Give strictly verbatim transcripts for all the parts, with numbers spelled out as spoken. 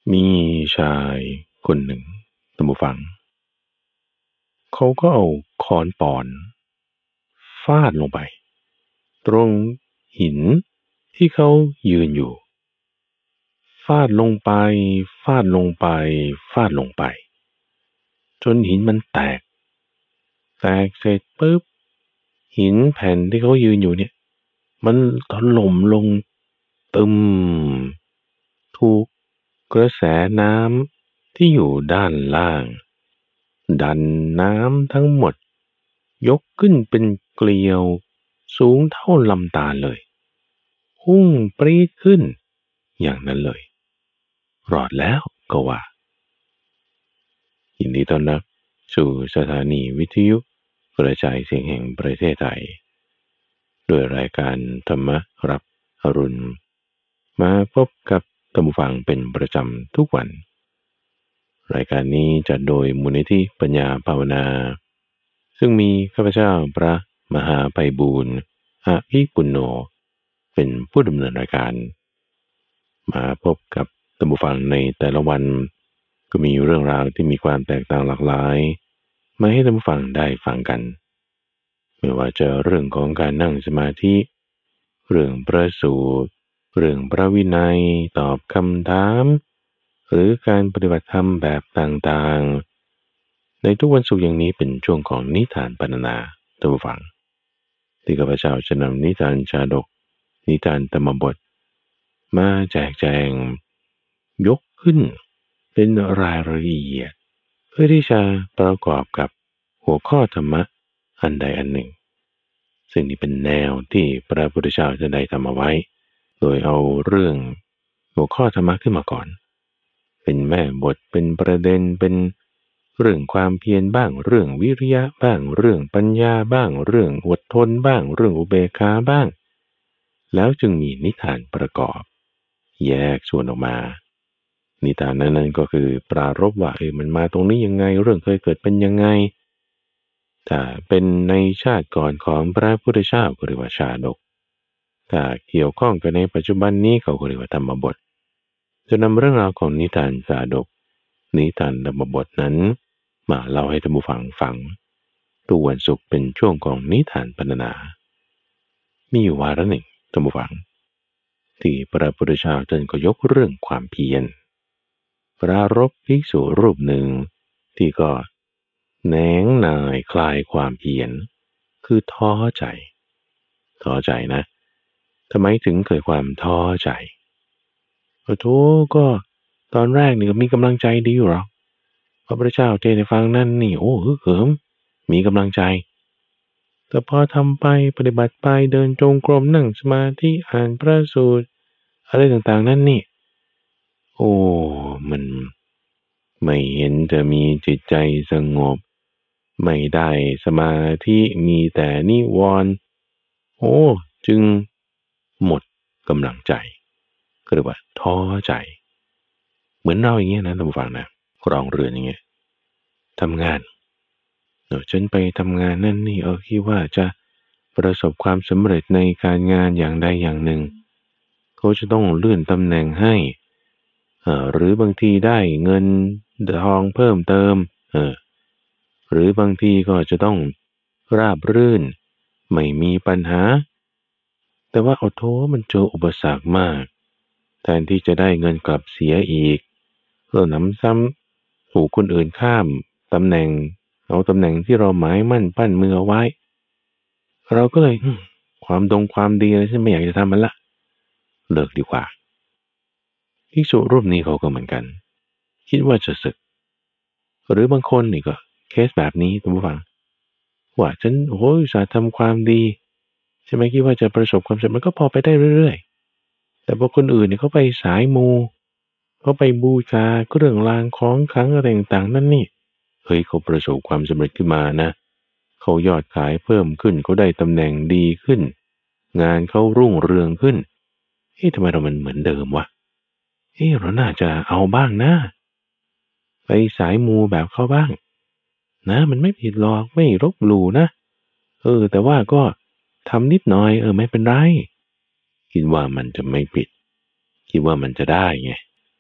มีชายคนหนึ่งท่านผู้ฟังเขาก็เอาค้อนปอนฟาดลงไปตรงหินที่เขายืนอยู่ฟาดลงไปฟาดลงไปฟาดลงไปจนหินมันแตกแตกเสร็จปุ๊บหินแผ่นที่เขายืนอยู่เนี่ยมันถล่มลงตึมถูกกระแสน้ำที่อยู่ด้านล่างดันน้ำทั้งหมดยกขึ้นเป็นเกลียวสูงเท่าลำธารเลยพุ่งปรี๊ดขึ้นอย่างนั้นเลยรอดแล้วก็ว่ายินดีต้อนรับสู่สถานีวิทยุกระจายเสียงแห่งประเทศไทยด้วยรายการธรรมรับอรุณมาพบกับท่านผู้ฟังเป็นประจำทุกวันรายการนี้จัดโดยมูลนิธิปัญญาภาวนาซึ่งมีข้าพเจ้าพระมหาไพบูลย์อภิปุณโญเป็นผู้ดำเนินรายการมาพบกับท่านผู้ฟังในแต่ละวันก็มีเรื่องราวที่มีความแตกต่างหลากหลายมาให้ท่านผู้ฟังได้ฟังกันไม่ว่าจะเรื่องของการนั่งสมาธิเรื่องพระสูตรเรื่องพระวินัยตอบคำถามหรือการปฏิบัติธรรมแบบต่างๆในทุกวันศุกร์อย่างนี้เป็นช่วงของนิทานปรรณนาท่านผู้ฟังที่ข้าพเจ้าจะนำนิทานชาดกนิทานธรรมบทมาแจกแจงยกขึ้นเป็นรายละเอียดเพื่อที่จะประกอบกับหัวข้อธรรมะอันใดอันหนึ่งซึ่งนี่เป็นแนวที่พระพุทธเจ้าจะได้ทำเอาไว้โดยเอาเรื่องหัวข้อธรรมะขึ้นมาก่อนเป็นแม่บทเป็นประเด็นเป็นเรื่องความเพียรบ้างเรื่องวิริยะบ้างเรื่องปัญญาบ้างเรื่องอดทนบ้างเรื่องอุเบกขาบ้างแล้วจึงมีนิทานประกอบแยกส่วนออกมานิทานนั้นๆก็คือปรารภว่าเออมันมาตรงนี้ยังไงเรื่องเคยเกิดเป็นยังไงถ้าเป็นในชาติก่อนของพระพุทธเจ้าก็เรียกว่าชาดกถ้าเกี่ยวข้องกับในปัจจุบันนี้เขาก็เรียกว่าธรรมบทจะนำเรื่องราวของนิทานชาดกนิทานธรรมบทนั้นมาเล่าให้ท่านผู้ฟังฟังทุกวันศุกร์เป็นช่วงของนิทานปรรณนามีอยู่วาระหนึ่งท่านผู้ฟังที่พระพุทธเจ้าท่านก็ยกเรื่องความเพียรปรารภภิกษุรูปหนึ่งที่ก็แหนงนายคลายความเพียรคือท้อใจท้อใจนะทำไมถึงเกิดความท้อใจโอ้โธก็ตอนแรกนี่ก็มีกำลังใจดีอยู่หรอกพระพุทธเจ้าเทศน์ให้ฟังนั่นนี่โอ้ฮึกเหิมมีกำลังใจแต่พอทำไปปฏิบัติไปเดินจงกรมนั่งสมาธิอ่านพระสูตรอะไรต่างๆนั่นนี่โอ้มันไม่เห็นจะมีจิตใจสงบไม่ได้สมาธิมีแต่นิวรณ์โอ้จึงหมดกำลังใจก็เรียกว่าท้อใจเหมือนเราอย่างเงี้ยนะท่านผู้ฟังนะรองเรือนอย่างเงี้ยทำงานเดี๋ยวฉันไปทำงานนั่นนี่เออคิดว่าจะประสบความสำเร็จในการงานอย่างใดอย่างหนึ่งเขาจะต้องเลื่อนตำแหน่งให้เออหรือบางทีได้เงินทองเพิ่มเติมเออหรือบางทีก็จะต้องราบรื่นไม่มีปัญหาแต่ว่าเอาโทมันเจออุปสรรคมากแทนที่จะได้เงินกลับเสียอีกเราหนำซ้ำถูกคนอื่นข้ามตำแหน่งเอาตำแหน่งที่เราหมายมั่นปั้นมือเอาไว้เราก็เลยความดงความดีอะไรฉันไม่อยากจะทำมันละเลิกดีกว่าภิกษุรูปนี้เขาก็เหมือนกันคิดว่าจะศึกหรือบางคนนี่ก็เคสแบบนี้ท่านผู้ฟังว่าฉันโอ้ยอุตส่าห์ทำความดีใช่ไหมคิดว่าจะประสบความสำเร็จมันก็พอไปได้เรื่อยๆแต่พอคนอื่นเนี่ยเขาไปสายมูเขาไปบูชาเครื่องรางของขลังอะไรต่างๆนั่นนี่เฮ้ยเขาประสบความสำเร็จขึ้นมานะเขายอดขายเพิ่มขึ้นเขาได้ตำแหน่งดีขึ้นงานเขารุ่งเรืองขึ้นเฮ้ยทำไมเรามันเหมือนเดิมวะเฮ้ยเราน่าจะเอาบ้างนะไปสายมูแบบเขาบ้างนะมันไม่ผิดหรอกไม่รบหลู่นะเออแต่ว่าก็ทำนิดหน่อยเออไม่เป็นไรคิดว่ามันจะไม่ผิดคิดว่ามันจะได้ไง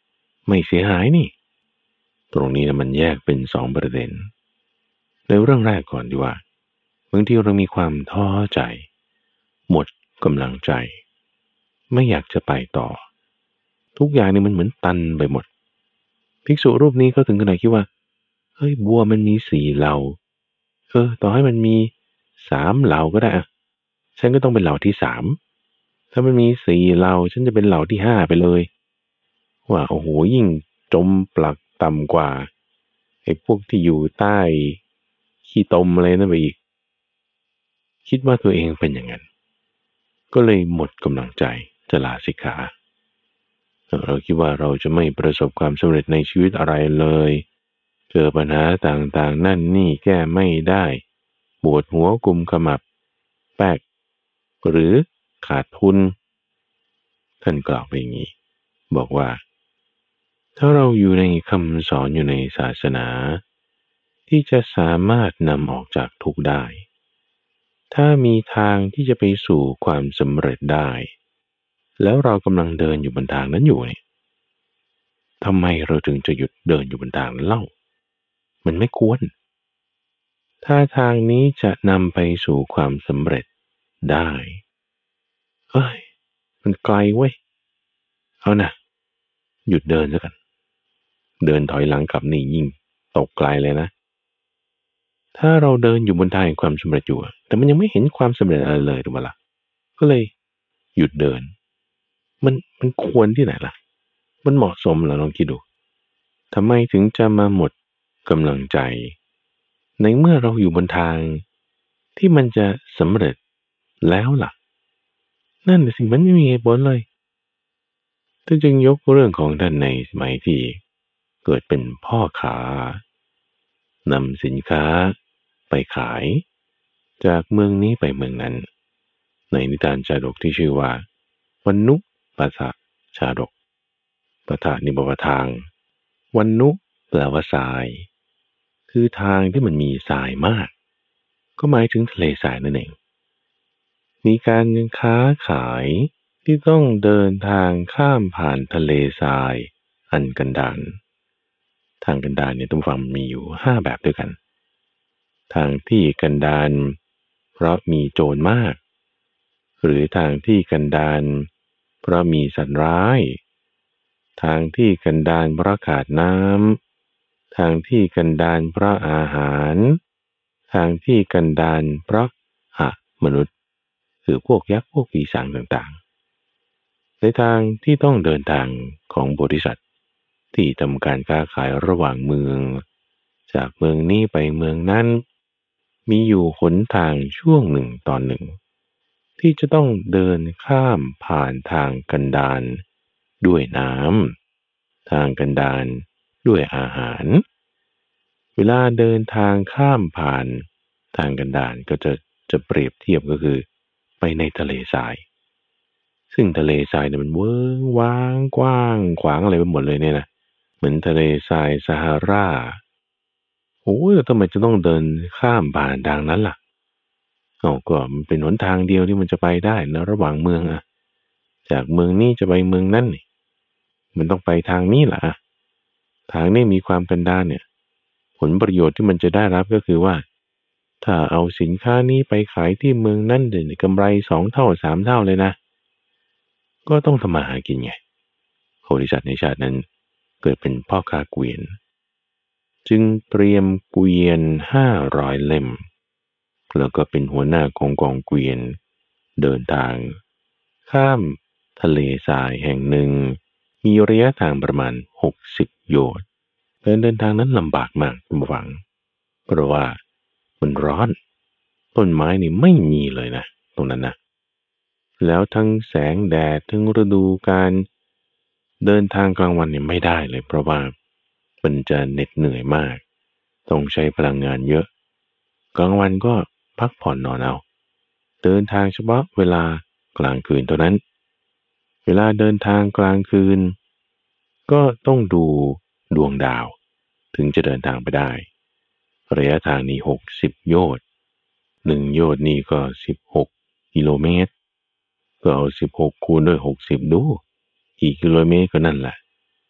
ไม่เสียหายนี่ตรงนี้นะมันแยกเป็นสองประเด็นในเรื่องแรกก่อนดีว่าบางทีเรามีความท้อใจหมดกำลังใจไม่อยากจะไปต่อทุกอย่างนี่มันเหมือนตันไปหมดภิกษุรูปนี้ก็ถึงขนาดคิดว่าเฮ้ยบัวมันมีสี่เหล่าเออต่อให้มันมีสามเหล่าก็ได้อะฉันก็ต้องเป็นเหล่าที่สามถ้ามันมีสี่เหล่าฉันจะเป็นเหล่าที่ห้าไปเลยว่าโอ้โหยิ่งจมปลักต่ำกว่าไอ้พวกที่อยู่ใต้ขี้ตมอะไรนั่นไปอีกคิดว่าตัวเองเป็นอย่างนั้นก็เลยหมดกำลังใจจะลาสิกขาเราคิดว่าเราจะไม่ประสบความสำเร็จในชีวิตอะไรเลยเจอปัญหาต่างๆนั่นนี่แก้ไม่ได้ปวดหัวกุมขมับแป๊กหรือขาดทุนท่านกล่าวไปอย่างนี้บอกว่าถ้าเราอยู่ในคำสอนอยู่ในศาสนาที่จะสามารถนำออกจากทุกข์ได้ถ้ามีทางที่จะไปสู่ความสำเร็จได้แล้วเรากำลังเดินอยู่บนทางนั้นอยู่เนี่ยทำไมเราถึงจะหยุดเดินอยู่บนทางนั้นเล่ามันไม่ควรถ้าทางนี้จะนำไปสู่ความสำเร็จได้เฮ้ยมันไกลเว้ยเอานะหยุดเดินซะกันเดินถอยหลังกลับนี่ยิ่งตกไกลเลยนะถ้าเราเดินอยู่บนทางแห่งความสำเร็จอยู่แต่มันยังไม่เห็นความสำเร็จอะไรเลยถูกไหมล่ะก็เลยหยุดเดินมันมันควรที่ไหนล่ะมันเหมาะสมเหรอลองคิดดูทำไมถึงจะมาหมดกำลังใจในเมื่อเราอยู่บนทางที่มันจะสำเร็จแล้วล่ะนั่นสิมันไม่มีเหตุผลเลยท่านจึงยกเรื่องของท่านในสมัยที่เกิดเป็นพ่อค้านำสินค้าไปขายจากเมืองนี้ไปเมืองนั้นในนิทานชาดกที่ชื่อว่าวันนุปะทะชาดกปะทะนิบวทางวันนุแปลว่าทรายคือทางที่มันมีทรายมากก็หมายถึงทะเลทรายนั่นเองมีการค้าขายที่ต้องเดินทางข้ามผ่านทะเลทรายอันกันดารทางกันดารเนี่ยทุกฝั่งมีอยู่ห้าแบบด้วยกันทางที่กันดารเพราะมีโจรมากหรือทางที่กันดารเพราะมีสัตว์ร้ายทางที่กันดารเพราะขาดน้ำทางที่กันดารเพราะอาหารทางที่กันดารเพราะอมนุษย์คือพวกยักษ์พวกปีศาจต่างๆในทางที่ต้องเดินทางของโพธิสัตว์ที่ทำการค้าขายระหว่างเมืองจากเมืองนี้ไปเมืองนั้นมีอยู่หนทางช่วงหนึ่งตอนหนึ่งที่จะต้องเดินข้ามผ่านทางกันดารด้วยน้ำทางกันดารด้วยอาหารเวลาเดินทางข้ามผ่านทางกันดารก็จะจะเปรียบเทียบก็คือไปในทะเลทรายซึ่งทะเลทรายเนี่ยมันเวิ้งว้างกว้างขวางอะไรไปหมดเลยเนี่ยนะเหมือนทะเลทรายซาฮาราโอ้ยทำไมจะต้องเดินข้ามผ่านทางนั้นล่ะเอาก็มันเป็นหนทางเดียวที่มันจะไปได้นะระหว่างเมืองอะจากเมืองนี้จะไปเมืองนั้นนี่มันต้องไปทางนี้ล่ะทางนี้มีความกันดารเนี่ยผลประโยชน์ที่มันจะได้รับก็คือว่าถ้าเอาสินค้านี้ไปขายที่เมืองนั้นเดี๋ยวกำไรสองเท่าสามเท่าเลยนะก็ต้องทำมาหากินไงโพธิสัตว์ในชาตินั้นเกิดเป็นพ่อค้าเกวียนจึงเตรียมเกวียนห้าร้อยเล่มแล้วก็เป็นหัวหน้าของกองเกวียนเดินทางข้ามทะเลทรายแห่งหนึ่งมีระยะทางประมาณหกสิบโยชน์การเดินทางนั้นลำบากมากคุณผู้ฟังเพราะว่ามันร้อนต้นไม้นี่ไม่มีเลยนะตรงนั้นนะแล้วทั้งแสงแดดทั้งฤดูการเดินทางกลางวันเนี่ยไม่ได้เลยเพราะว่ามันจะเหน็ดเหนื่อยมากต้องใช้พลังงานเยอะกลางวันก็พักผ่อนนอนเอาเดินทางเฉพาะเวลากลางคืนเท่านั้นเวลาเดินทางกลางคืนก็ต้องดูดวงดาวถึงจะเดินทางไปได้ระยะทางนี้หกสิบโยชน์หนึ่งโยชน์นี่ก็สิบหกกิโลเมตรก็เอาสิบหกคูณด้วยหกสิบดูกี่กิโลเมตรก็นั่นแหละ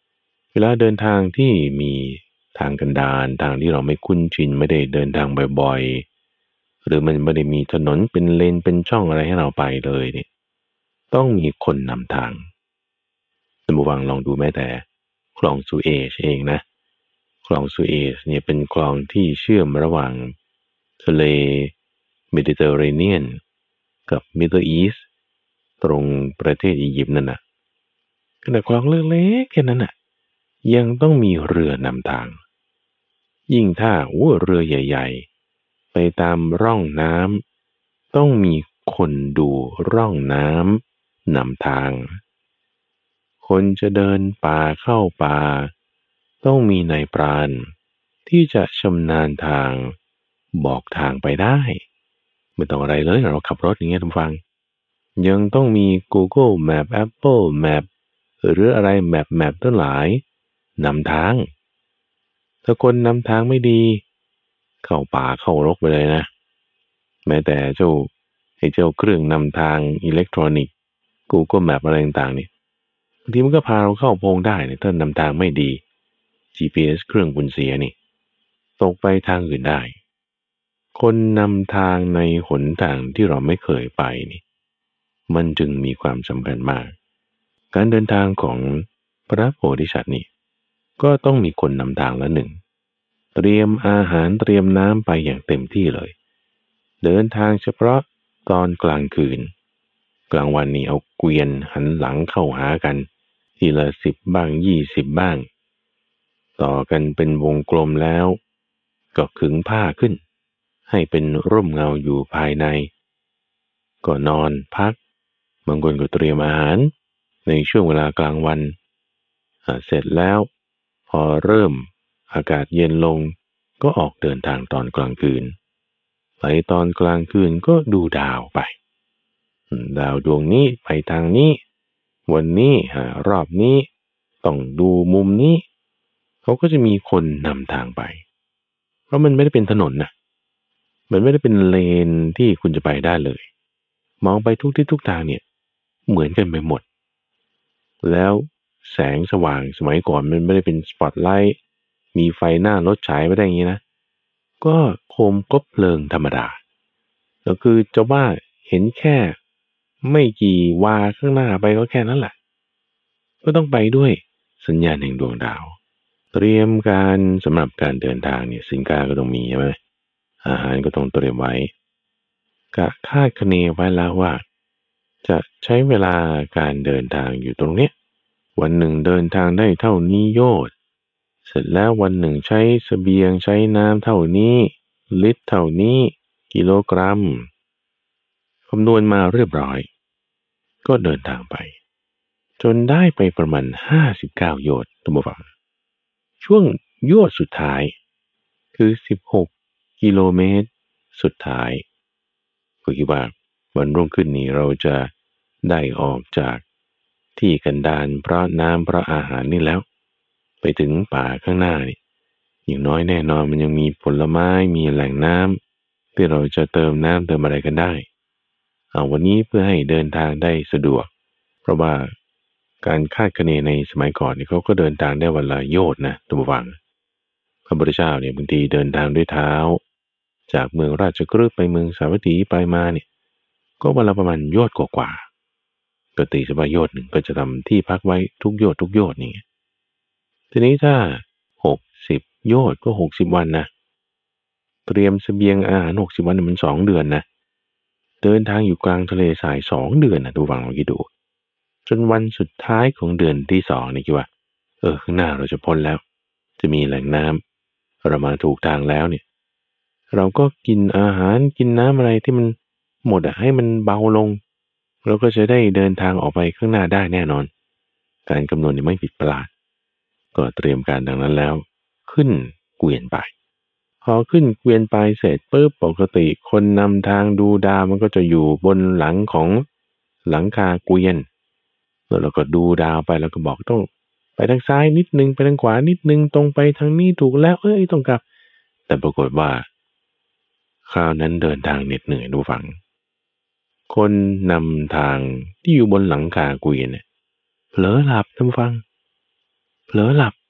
เวลาเดินทางที่มีทางกันดารทางที่เราไม่คุ้นชินไม่ได้เดินทางบ่อยๆหรือมันไม่ได้มีถนนเป็นเลนเป็นช่องอะไรให้เราไปเลยเนี่ยต้องมีคนนำทางท่านผู้ฟังลองดูแม้แต่คลองสุเอซเองนะคลองสุเอซเนี่ยเป็นคลองที่เชื่อมระหว่างทะเลเมดิเตอร์เรเนียนกับมิดเดิลอีสต์ตรงประเทศอียิปต์นั่นน่ะขนาดคลองเล็กๆแค่นั้นน่ะยังต้องมีเรือนำทางยิ่งถ้าโอ้เรือใหญ่ๆไปตามร่องน้ำต้องมีคนดูร่องน้ำนำทางคนจะเดินป่าเข้าป่าต้องมีนายพรานที่จะชำนาญทางบอกทางไปได้ไม่ต้องอะไรเลยเราขับรถอย่างเงี้ยทุกฟังยังต้องมี Google Map Apple Map หรืออะไรแมปแมปทั้งหลายนำทางถ้าคนนำทางไม่ดีเข้าป่าเข้ารกไปเลยนะแม้แต่เจ้าไอ้เจ้าเครื่องนำทางอิเล็กทรอนิกส์ Google Map อะไรต่างๆนี่บางทีมันก็พาเราเข้าโพงได้เนี่ยถ้านำทางไม่ดี จี พี เอส เครื่องคุณเสียนี่ตกไปทางอื่นได้คนนำทางในหนทางที่เราไม่เคยไปนี่มันจึงมีความสำคัญมากการเดินทางของพระโพธิสัตว์นี่ก็ต้องมีคนนำทางละหนึ่งเตรียมอาหารเตรียมน้ำไปอย่างเต็มที่เลยเดินทางเฉพาะตอนกลางคืนกลางวันนี้เอาเกวียนหันหลังเข้าหากันทีละสิบบ้างยี่สิบบ้างต่อกันเป็นวงกลมแล้วก็ขึงผ้าขึ้นให้เป็นร่มเงาอยู่ภายในก็นอนพักบางคนก็เตรียมอาหารในช่วงเวลากลางวันเสร็จแล้วพอเริ่มอากาศเย็นลงก็ออกเดินทางตอนกลางคืนไปตอนกลางคืนก็ดูดาวไปดาวดวงนี้ไปทางนี้วันนี้รอบนี้ต้องดูมุมนี้เขาก็จะมีคนนำทางไปเพราะมันไม่ได้เป็นถนนนะมันไม่ได้เป็นเลนที่คุณจะไปได้เลยมองไปทุกที่ทุกทางเนี่ยเหมือนกันไปหมดแล้วแสงสว่างสมัยก่อนมันไม่ได้เป็นสปอตไลท์มีไฟหน้ารถฉายไม่ได้อย่างนี้นะก็โคมคบเพลิงธรรมดาแล้วคือจะว่าเห็นแค่ไม่กี่วาข้างหน้าไปก็แค่นั้นแหละก็ต้องไปด้วยสัญญาณแห่งดวงดาวเตรียมการสำหรับการเดินทางเนี่ยสินค้าก็ต้องมีใช่ไหมอาหารก็ต้องเตรียมไว้กะคาดคะเนไว้แล้วว่าจะใช้เวลาการเดินทางอยู่ตรงเนี้ยวันหนึ่งเดินทางได้เท่านี้โยชน์เสร็จแล้ววันหนึ่งใช้เสบียงใช้น้ำเท่านี้ลิตรเท่านี้กิโลกรัมคำนวณมาเรียบร้อยก็เดินทางไปจนได้ไปประมาณห้าสิบเก้าโยชน์ทุกฝั่งช่วงโยชน์สุดท้ายคือสิบหกกิโลเมตรสุดท้ายก็คิดว่าวันรุ่งขึ้นนี้เราจะได้ออกจากที่กันดารเพราะน้ำเพราะอาหารนี่แล้วไปถึงป่าข้างหน้านี่อย่างน้อยแน่นอนมันยังมีผลไม้มีแหล่งน้ำที่เราจะเติมน้ำเติมอะไรกันได้เอาวันนี้เพื่อให้เดินทางได้สะดวกเพราะว่าการคาดคะเนในสมัยก่อนนี่เขาก็เดินทางได้วันละโยชน์นะทุกฝั่งพระพุทธเจ้าเนี่ยบางทีเดินทางด้วยเท้าจากเมืองราชคฤห์ไปเมืองสาวัตถีไปมาเนี่ยก็วันละประมาณโยชน์กว่าๆก็ตีสบายโยชน์หนึ่งก็จะทำที่พักไว้ทุกโยชน์ทุกโยชน์นี่ทีนี้ถ้าหกสิบโยชน์ก็หกสิบวันนะเตรียมเสบียงอาหารหกสิบวันมันสองเดือนนะเดินทางอยู่กลางทะเลทรายสองเดือนนะดูฟังลองคิดดูจนวันสุดท้ายของเดือนที่สองนี่คิดว่าเออข้างหน้าเราจะพ้นแล้วจะมีแหล่งน้ำเรามาถูกทางแล้วเนี่ยเราก็กินอาหารกินน้ำอะไรที่มันหมดอะให้มันเบาลงเราก็จะได้เดินทางออกไปข้างหน้าได้แน่นอนการคำนวณนี่ไม่ผิดพลาดก็เตรียมการดังนั้นแล้วขึ้นเกวียนไปพอขึ้นเกวียนไปเสร็จปุ๊บปกติคนนำทางดูดาวมันก็จะอยู่บนหลังของหลังคาเกวียนแล้วเราก็ดูดาวไปแล้วก็บอกต้องไปทางซ้ายนิดนึงไปทางขวานิดนึงตรงไปทางนี้ถูกแล้วเอ้ยต้องกลับแต่ปรากฏว่าคราวนั้นเดินทางเหน็ดเหนื่อยดูฟังคนนำทางที่อยู่บนหลังคาเกวียนเนี่ยเผลอหลับท่านฟังเผลอหลับ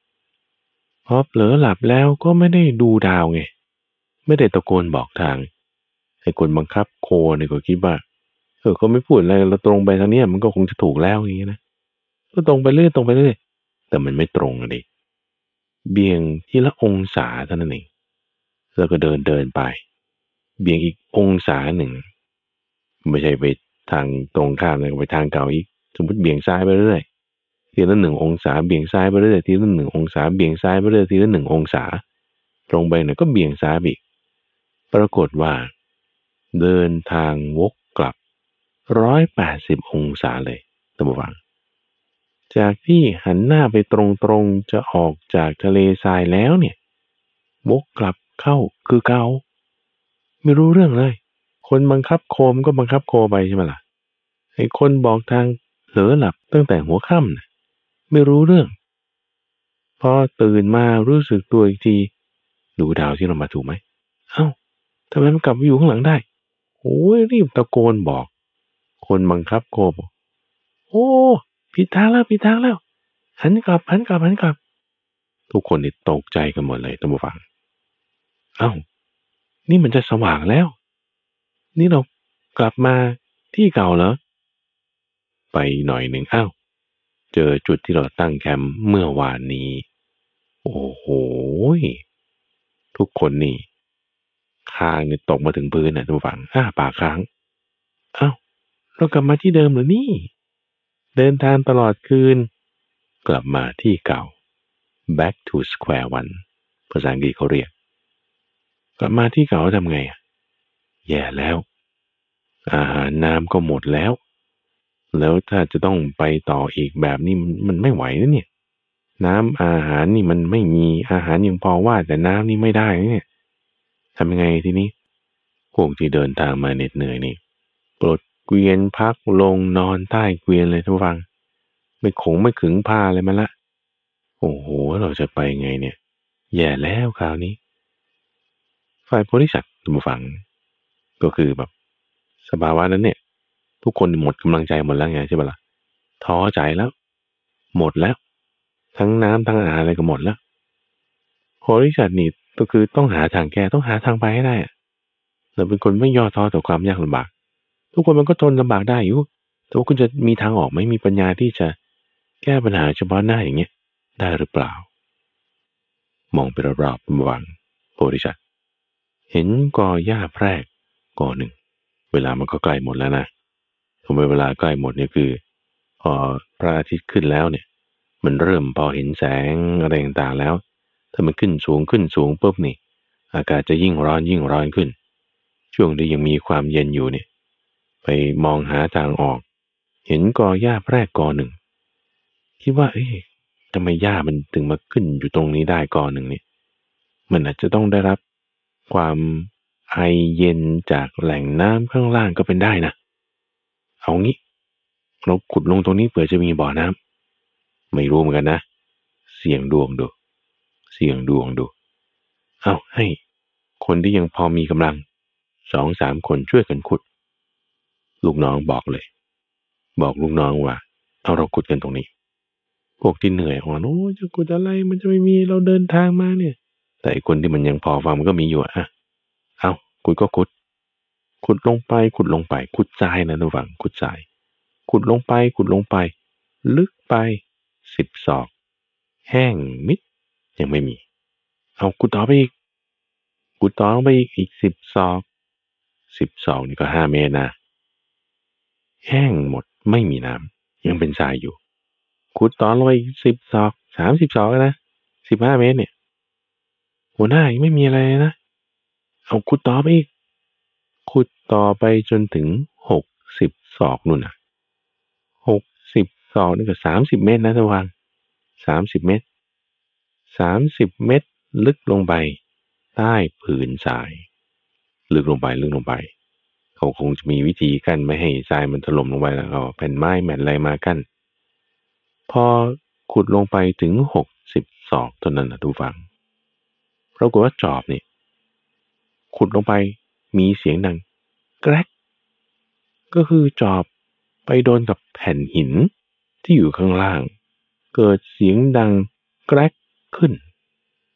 พอเผลอหลับแล้วก็ไม่ได้ดูดาวไงไม่ได้ตะโกนบอกทางไอ้คนบังคับโคเนี่ยก็คิดว่าเออเขาไม่พูดอะไรเราตรงไปทางเนี้ยมันก็คงจะถูกแล้วอย่างนี้นะก็ตรงไปเรื่อยตรงไปเรื่อยแต่มันไม่ตรงเลยเบี่ยงทีละองศาเท่านั้นเองแล้วก็เดินเดินไปเบี่ยงอีกองศาหนึ่งไม่ใช่ไปทางตรงข้ามเลยไปทางเก่าอีกสมมติเบี่ยงซ้ายไปเรื่อยทีละหนึ่งองศาเบี่ยงซ้ายไปเรื่อยทีละหนึ่งองศาเบี่ยงซ้ายไปเรื่อยทีละหนึ่งองศาตรงไปหน่อยก็เบี่ยงซ้ายอีกปรากฏว่าเดินทางวกกลับร้อยแปดสิบองศาเลยท่านผู้ฟังจากที่หันหน้าไปตรงๆจะออกจากทะเลทรายแล้วเนี่ยวกกลับเข้าคือเก่าไม่รู้เรื่องเลยคนบังคับโคมก็บังคับโคไปใช่ไหมล่ะไอ้คนบอกทางเผลอหลับตั้งแต่หัวค่ำนะไม่รู้เรื่องพอตื่นมารู้สึกตัวอีกทีดูดาวที่เรามาถูกไหมเอ้าทำไมมันกลับมาอยู่ข้างหลังได้โอ้ยรีบตะโกนบอกคนบังคับโคบอกโอ้ผิดทางแล้วผิดทางแล้วหันกลับหันกลับหันกลับทุกคนนี่ตกใจกันหมดเลยท่านผู้ฟังเอ้านี่มันจะสว่างแล้วนี่เรากลับมาที่เก่าเหรอไปหน่อยหนึ่งอ้าวเจอจุดที่เราตั้งแคมป์เมื่อวานนี้โอ้โหทุกคนนี่คางเนี่ยตกมาถึงพื้นนะท่านผู้ฟังอ้าปากค้างอ้าวเรากลับมาที่เดิมหรือนี่เดินทางตลอดคืนกลับมาที่เก่า back to square one ภาษาอังกฤษเขาเรียกกลับมาที่เก่าทำไงแย่แล้วอาหารน้ำก็หมดแล้วแล้วถ้าจะต้องไปต่ออีกแบบนี้มันไม่ไหวนะเนี่ยน้ำอาหารนี่มันไม่มีอาหารยังพอว่าแต่น้ำนี่ไม่ได้เนี่ยทำยังไงทีนี้พวกที่เดินทางมาเหน็ดเหนื่อยนี่ปลดเกวียนพักลงนอนใต้เกวียนเลยทุกฟังไม่ขงไม่ขึงผ้าเลยมาละโอ้โหเราจะไปไงเนี่ยแย่แล้วคราวนี้ฝ่ายบริษัททุกฟังก็คือแบบสภาวะนั้นเนี่ยทุกคนหมดกำลังใจหมดแล้วไงใช่ปะล่ะท้อใจแล้วหมดแล้วทั้งน้ำทั้งอาหารอะไรก็หมดแล้วบริษัทนี่ก็คือต้องหาทางแก้ต้องหาทางไปให้ได้เราเป็นคนไม่ย่อท้อต่อความยากลำบากทุกคนมันก็ทนลำบากได้อยู่แต่ว่าคุณจะมีทางออกไหมมีปัญญาที่จะแก้ปัญหาเฉพาะหน้าอย่างเงี้ยได้หรือเปล่ามองไปรอบๆระหว่างบริษัทเห็นกอหญ้าแพรกกอหนึ่งเวลามันก็ใกล้หมดแล้วนะทำไมเวลาใกล้หมดเนี่ยคือพอพระอาทิตย์ขึ้นแล้วเนี่ยมันเริ่มพอเห็นแสงอะไรต่างๆแล้วถ้ามันขึ้นสูงขึ้นสูงปุ๊บนี่อากาศจะยิ่งร้อนยิ่งร้อนขึ้นช่วงที่ยังมีความเย็นอยู่เนี่ยไปมองหาทางออกเห็นกอหญ้าแพรกกอหนึ่งคิดว่าเอ๊ะทำไมหญ้ามันถึงมาขึ้นอยู่ตรงนี้ได้กอหนึ่งเนี่ยมันอาจจะต้องได้รับความไอเย็นจากแหล่งน้ำข้างล่างก็เป็นได้นะเอางี้เราขุดลงตรงนี้เผื่อจะมีบ่อน้ำไม่รู้เหมือนกันนะเสี่ยงดวงดูเสี่ยงดวงดูเอาให้คนที่ยังพอมีกำลังสองสามคนช่วยกันขุดลูกน้องบอกเลยบอกลูกน้องว่าเอาเราขุดกันตรงนี้พวกที่เหนื่อยอ่อนโอ้จะขุดอะไรมันจะไม่มีเราเดินทางมาเนี่ยแต่คนที่มันยังพอฟังมันก็มีอยู่อะเอาขุดก็ขุดขุดลงไปขุดลงไปขุดทรายนะทุกฝั่งขุดทรายขุดลงไปขุดลงไปลึกไปสิบศอกแห้งมิดยังไม่มีเอาขุดต่อไปอีกขุดต่อลงไปอีกอีกสิบศอกสิบศอกนี่ก็ห้าเมตรนะแห้งหมดไม่มีน้ำยังเป็นทรายอยู่ขุดต่อลงไปอีกสิบศอกสามสิบศอกนะสิบห้าเมตรเนี่ยหัวหน้ายังไม่มีอะไรนะเอาขุดต่อไปอีกขุดต่อไปจนถึงหกสิบศอกนู่นน่ะหกสิบศอกนี่ก็สามสิบเมตรนะท่านวังสามสิบเมตรสามสิบเมตรลึกลงไปใต้ผืนทรายลึกลงไปลึกลงไปเขาคงจะมีวิธีกั้นไม่ให้ทรายมันถล่มลงไปแล้วก็แผ่นไม้แผ่นอะไรมากั้นพอขุดลงไปถึงหกสิบศอกเท่านั้นนะทุกฝั่งปรากฏว่าจอบนี่ขุดลงไปมีเสียงดังแกรกก็คือจอบไปโดนกับแผ่นหินที่อยู่ข้างล่างเกิดเสียงดังแกรกขึ้น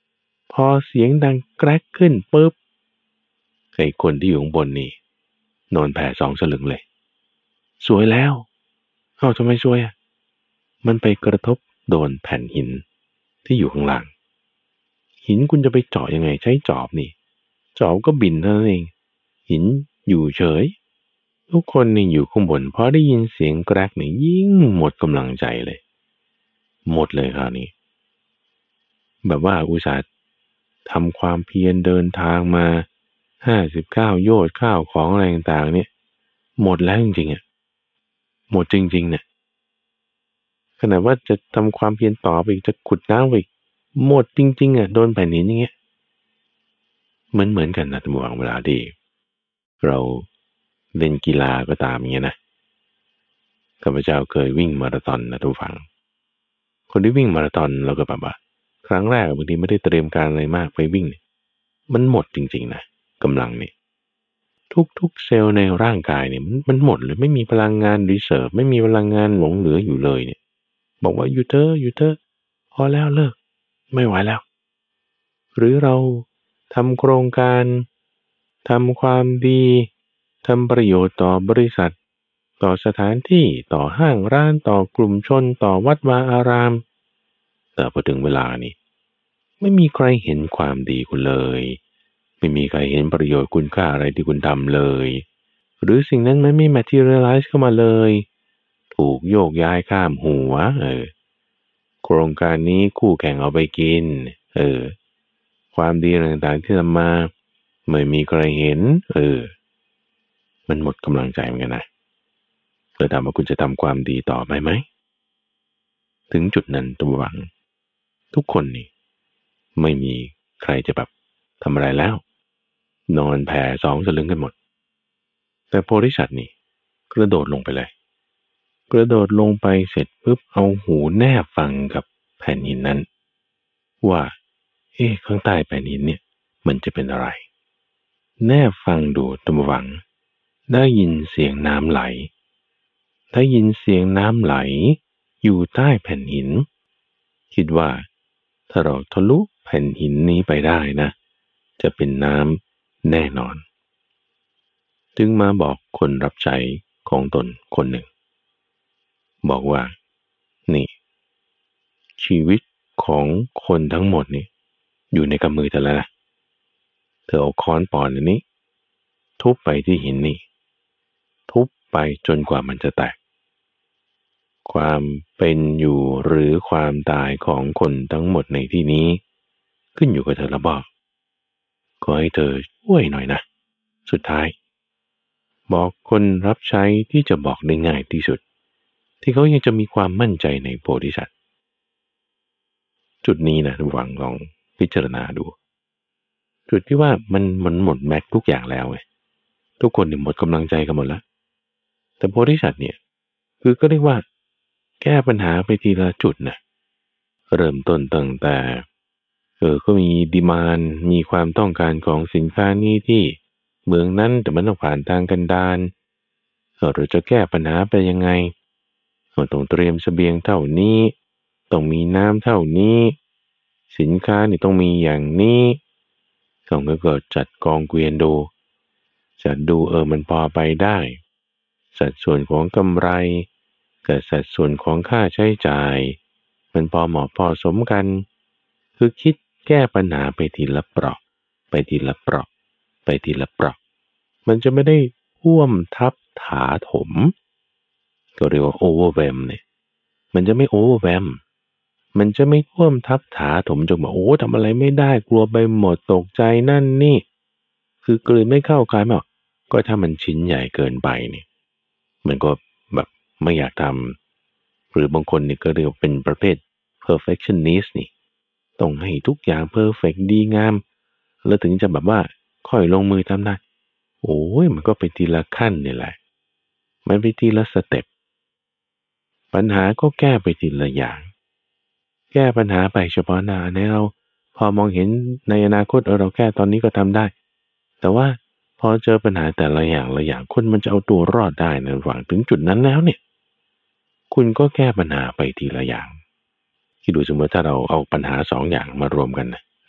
พอเสียงดังแกรกขึ้นปุ๊บไอ้คนที่อยู่ข้างบนนี่นอนแผ่สองสลึงเลยสวยแล้วเอ้าทำไมสวยอ่ะมันไปกระทบโดนแผ่นหินที่อยู่ข้างล่างหินคุณจะไปเจาะยังไงใช้จอบนี่จอบก็บินเท่านั้นเองหินอยู่เฉยทุกคนนี่อยู่ข้างบนพอได้ยินเสียงแกรกนี่ยิ่งหมดกำลังใจเลยหมดเลยคราวนี้แบบว่าอุตส่าห์ทำความเพียรเดินทางมาห้าสิบเก้าโยชน์ข้าวของอะไรต่างๆเนี่ยหมดแล้วจริงๆอ่ะหมดจริงๆเนี่ยขนาดว่าจะทำความเพียรต่อไปอีกจะขุดน้ำไปอีกหมดจริงๆอ่ะโดนแผ่นหินอย่างเงี้ยเหมือนเหมือนกันนะทุกวันเวลาที่เราเล่นกีฬาก็ตามอย่างเงี้ยนะข้าพเจ้าเคยวิ่งมาราธอนนะทุกฝังคนที่วิ่งมาราธอนเราก็แบบว่าครั้งแรกบางทีไม่ได้เตรียมการอะไรมากไปวิ่งมันหมดจริงๆนะกำลังนี่ทุกๆเซลล์ในร่างกายเนี่ยมันมันหมดเลยไม่มีพลังงานรีเซิร์ฟไม่มีพลังงานหลงเหลืออยู่เลยเนี่ยบอกว่าอยู่เถอะอยู่เถอะพอแล้วเลิกไม่ไหวแล้วหรือเราทำโครงการทำความดีทำประโยชน์ต่อบริษัทต่อสถานที่ต่อห้างร้านต่อกลุ่มชนต่อวัดวาอารามแต่พอถึงเวลานี่ไม่มีใครเห็นความดีคุณเลยไม่มีใครเห็นประโยชน์คุณค่าอะไรที่คุณทำเลยหรือสิ่งนั้นมันไม่ materialize เข้ามาเลยถูกโยกย้ายข้ามหัวเออโครงการนี้คู่แข่งเอาไปกินเออความดีต่างๆที่ทำมาไม่มีใครเห็นเออมันหมดกำลังใจเหมือนกันนะเลยถามว่าคุณจะทำความดีต่อไปไหมถึงจุดนั้นตัวหวังทุกคนนี่ไม่มีใครจะแบบทำอะไรแล้วนอนแผ่สองสลึงกันหมดแต่โพธิสัตว์นี่กระโดดลงไปเลยกระโดดลงไปเสร็จปุ๊บเอาหูแนบฟังกับแผ่นหินนั้นว่าเอ๊ะข้างใต้แผ่นหินเนี่ยมันจะเป็นอะไรแนบฟังดูตัวหวังได้ยินเสียงน้ำไหลได้ยินเสียงน้ำไหลอยู่ใต้แผ่นหินคิดว่าถ้าเราทะลุแผ่นหินนี้ไปได้นะจะเป็นน้ำแน่นอนจึงมาบอกคนรับใช้ของตนคนหนึ่งบอกว่านี่ชีวิตของคนทั้งหมดนี่อยู่ในกำมือเธอแล้วนะเธอเอาค้อนปอนอันนี้ทุบไปที่หินนี่ทุบไปจนกว่ามันจะแตกความเป็นอยู่หรือความตายของคนทั้งหมดในที่นี้ขึ้นอยู่กับเธอละบอกขอให้เธอช่วยหน่อยนะสุดท้ายบอกคนรับใช้ที่จะบอกได้ง่ายที่สุดที่เขายังจะมีความมั่นใจในโพธิสัตว์จุดนี้นะทุกฝังลองพิจารณาดูจุดที่ว่ามันมันหมดแม็กทุกอย่างแล้วไงทุกคนเนี่ยหมดกำลังใจกันหมดแล้วแต่โพธิสัตว์เนี่ยคือก็เรียกว่าแก้ปัญหาไปทีละจุดนะเริ่มต้นตั้งแต่เออก็มีดีมานด์มีความต้องการของสินค้านี้ที่เมืองนั้นแต่มันต้องผ่านทางกันดารเราจะแก้ปัญหาไปยังไงเราต้องเตรียมเสบียงเท่านี้ต้องมีน้ำเท่านี้สินค้านี่ต้องมีอย่างนี้ต้องก็เกิดจัดกองเกวียนดูจัดดูเออมันพอไปได้สัดส่วนของกำไรกับสัดส่วนของค่าใช้จ่ายมันพอเหมาะพอสมกันคือคิดแก้ปัญหาไปทีละเปราะไปทีละเปราะไปทีละเปราะมันจะไม่ได้ท่วมทับถาถมก็เรียกว่าโอเวอร์แวมเนี่ยมันจะไม่โอเวอร์แวมมันจะไม่ท่วมทับถาถมจนแบบโอ้ทำอะไรไม่ได้กลัวไปหมดตกใจนั่นนี่คือกลืนไม่เข้ากายไม่ออกก็ถ้ามันชิ้นใหญ่เกินไปเนี่ยมันก็แบบไม่อยากทำหรือบางคนนี่ก็เรียกเป็นประเภท perfectionist นี่ต้องให้ทุกอย่าง perfect ดีงามแล้วถึงจะแบบว่าค่อยลงมือทำได้โอ้ยมันก็ไปทีละขั้นนี่แหละมันไปทีละสเต็ปปัญหาก็แก้ไปทีละอย่างแก้ปัญหาไปเฉพาะหน้าในเราพอมองเห็นในอนาคตเออเราแก้ตอนนี้ก็ทำได้แต่ว่าพอเจอปัญหาแต่ละอย่างละอย่างคนมันจะเอาตัวรอดได้ในฝั่งถึงจุดนั้นแล้วเนี่ยคุณก็แก้ปัญหาไปทีละอย่างคิดดูสมมติถ้าเราเอาปัญหาสองอย่างมารวมกันนะ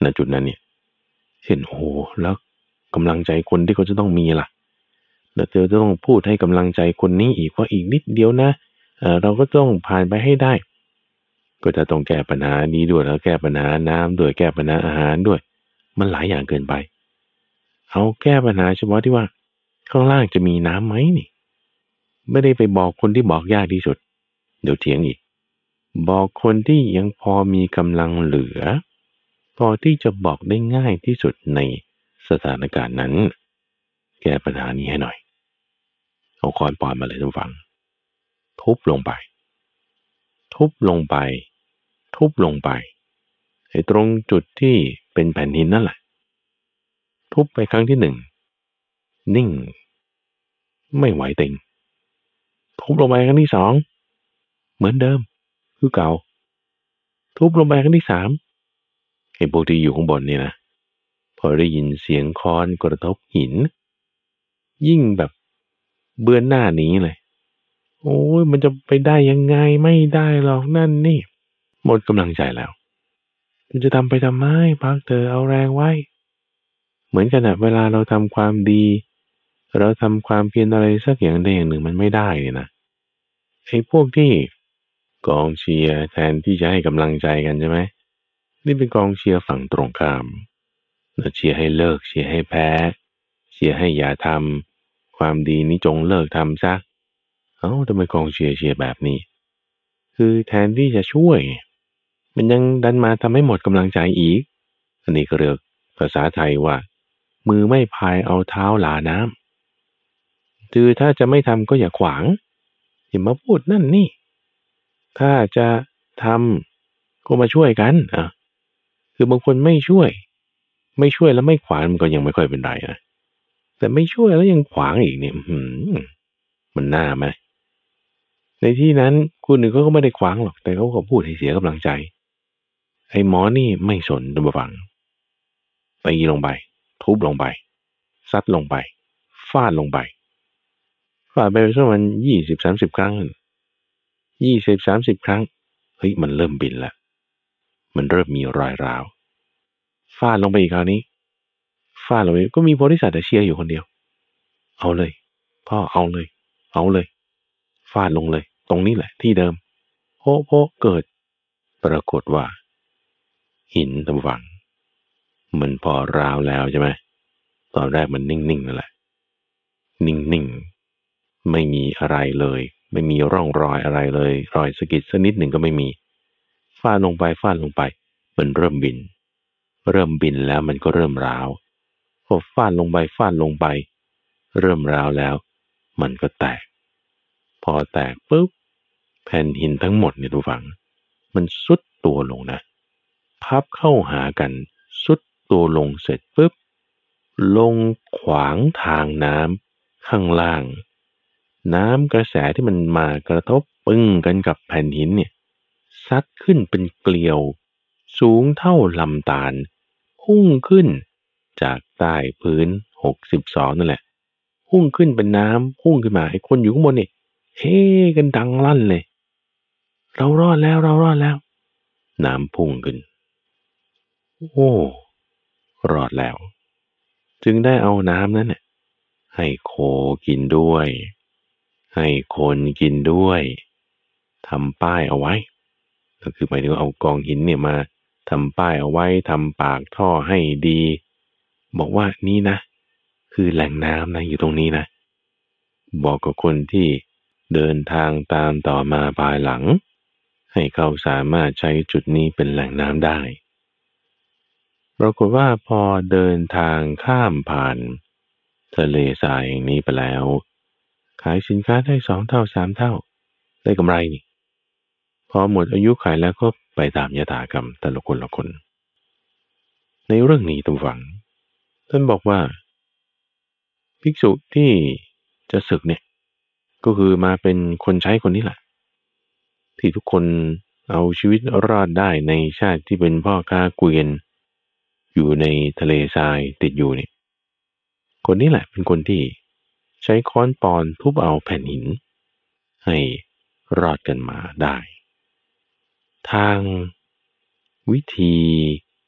ณจุดนั้นเนี่ยเห็นโอ้แล้วกำลังใจคนที่เขาจะต้องมีล่ะแล้วเธอจะต้องพูดให้กำลังใจคนนี้อีกว่าอีกนิดเดียวนะเออเราก็ต้องผ่านไปให้ได้ก็จะต้องแก้ปัญหานี้ด้วยแล้วแก้ปัญหาน้ำด้วยแก้ปัญหาอาหารด้วยมันหลายอย่างเกินไปเอาแก้ปัญหาเฉพาะที่ว่าข้างล่างจะมีน้ำไหมนี่ไม่ได้ไปบอกคนที่บอกยากที่สุดเดี๋ยวเถียงอีกบอกคนที่ยังพอมีกำลังเหลือพอที่จะบอกได้ง่ายที่สุดในสถานการณ์นั้นแก้ปัญหานี้ให้หน่อยเอาค้อนปอนมาเลยทุกฝังทุบลงไปทุบลงไปทุบลงไปไอ้ตรงจุดที่เป็นแผ่นหินนั่นแหละทุบไปครั้งที่หนึ่งนิ่งไม่ไหวติงทุบลงไปครั้งที่สองเหมือนเดิมคือเก่าทุบลงไปครั้งที่สามไอ้พวกที่อยู่ข้างบนนี่นะพอได้ยินเสียงค้อนกระทบหินยิ่งแบบเบือนหน้าหนีเลยโอ้ยมันจะไปได้ยังไงไม่ได้หรอกนั่นนี่หมดกำลังใจแล้วมันจะทำไปทำไมพักเธอเอาแรงไว้เหมือนกันนะเวลาเราทำความดีเราทำความเพียรอะไรสักอย่างใดอย่างหนึ่งมันไม่ได้เนี่ยนะไอ้พวกที่กองเชียร์แทนที่จะให้กำลังใจกันใช่ไหมนี่เป็นกองเชียร์ฝั่งตรงข้ามเราเชียร์ให้เลิกเชียร์ให้แพ้เชียร์ให้อย่าทำความดีนี้จงเลิกทำซะเอ้าทำไมกองเชียร์เชียร์แบบนี้คือแทนที่จะช่วยมันยังดันมาทำให้หมดกำลังใจอีกอันนี้ก็เรียกภาษาไทยว่ามือไม่พายเอาเท้าหลาน้ำคือถ้าจะไม่ทำก็อย่าขวางอย่ามาพูดนั่นนี่ถ้าจะทำก็มาช่วยกันอ่ะคือบางคนไม่ช่วยไม่ช่วยแล้วไม่ขวางมันก็ยังไม่ค่อยเป็นไรนะแต่ไม่ช่วยแล้วยังขวางอีกเนี่ยมันน่าไหมในที่นั้นคุณหนึ่งก็ไม่ได้ขวางหรอกแต่เขาก็พูดให้เสียกำลังใจไอ้หมอนี่ไม่สนดูมาฟังตีลงไปทุบลงไปซัดลงไปฟาดลงไปฟาดไปประมาณยี่สิบสามสิบครั้งยี่สิบสามสิบครั้งเฮ้ยมันเริ่มบินแล้วมันเริ่มมีรอยร้าวฟาดลงไปอีกคราวนี้ฟาดลงไปก็มีบริษัทเชียร์อยู่คนเดียวเอาเลยพ่อเอาเลยเอาเลยฟาดลงเลยตรงนี้แหละที่เดิมโป๊ะโป๊ะเกิดปรากฏว่าหินตะวังมันพอร้าวแล้วใช่ไหมตอนแรกมันนิ่งๆนั่นแหละนิ่งๆไม่มีอะไรเลยไม่มีร่องรอยอะไรเลยรอยสะกิดสักนิดหนึ่งก็ไม่มีฟาดลงไปฟาดลงไปมันเริ่มบินเริ่มบินแล้วมันก็เริ่มร้าวพอฟาดลงไปฟาดลงไปเริ่มร้าวแล้วมันก็แตกพอแตกปุ๊บแผ่นหินทั้งหมดเนี่ยทุกฝังมันซุดตัวลงนะพับเข้าหากันซุดตัวลงเสร็จปุ๊บลงขวางทางน้ำข้างล่างน้ำกระแสที่มันมากระทบปึ้งกันกับแผ่นหินเนี่ยซัดขึ้นเป็นเกลียวสูงเท่าลำตาลพุ่งขึ้นจากใต้พื้นหกสิบสองนั่นแหละพุ่งขึ้นเป็นน้ำพุ่งขึ้นมาไอ้คนอยู่ข้างบนนี่เฮ้กันดังลั่นเลยเรารอดแล้วเรารอดแล้วน้ำพุ่งขึ้นโอ้รอดแล้วจึงได้เอาน้ำนั้นเนี่ยให้โคกินด้วยให้คนกินด้วยทำป้ายเอาไว้ก็คือหมายถึงเอากองหินเนี่ยมาทำป้ายเอาไว้ทำปากท่อให้ดีบอกว่านี่นะคือแหล่งน้ำนะอยู่ตรงนี้นะบอกกับคนที่เดินทางตามต่อมาภายหลังให้เขาสามารถใช้จุดนี้เป็นแหล่งน้ำได้ปรากฏว่าพอเดินทางข้ามผ่านทะเลทรายอย่างนี้ไปแล้วขายสินค้าได้สองเท่าสามเท่าได้กำไรนี่พอหมดอายุขายแล้วก็ไปตามยถากรรมแต่ละคนละคนในเรื่องนี้ตำฝังท่านบอกว่าภิกษุที่จะศึกเนี่ยก็คือมาเป็นคนใช้คนนี้แหละที่ทุกคนเอาชีวิตรอดได้ในชาติที่เป็นพ่อค้าเกวียนอยู่ในทะเลทรายติดอยู่เนี่ยคนนี้แหละเป็นคนที่ใช้ค้อนปอนทุบเอาแผ่นหินให้รอดกันมาได้ทางวิธี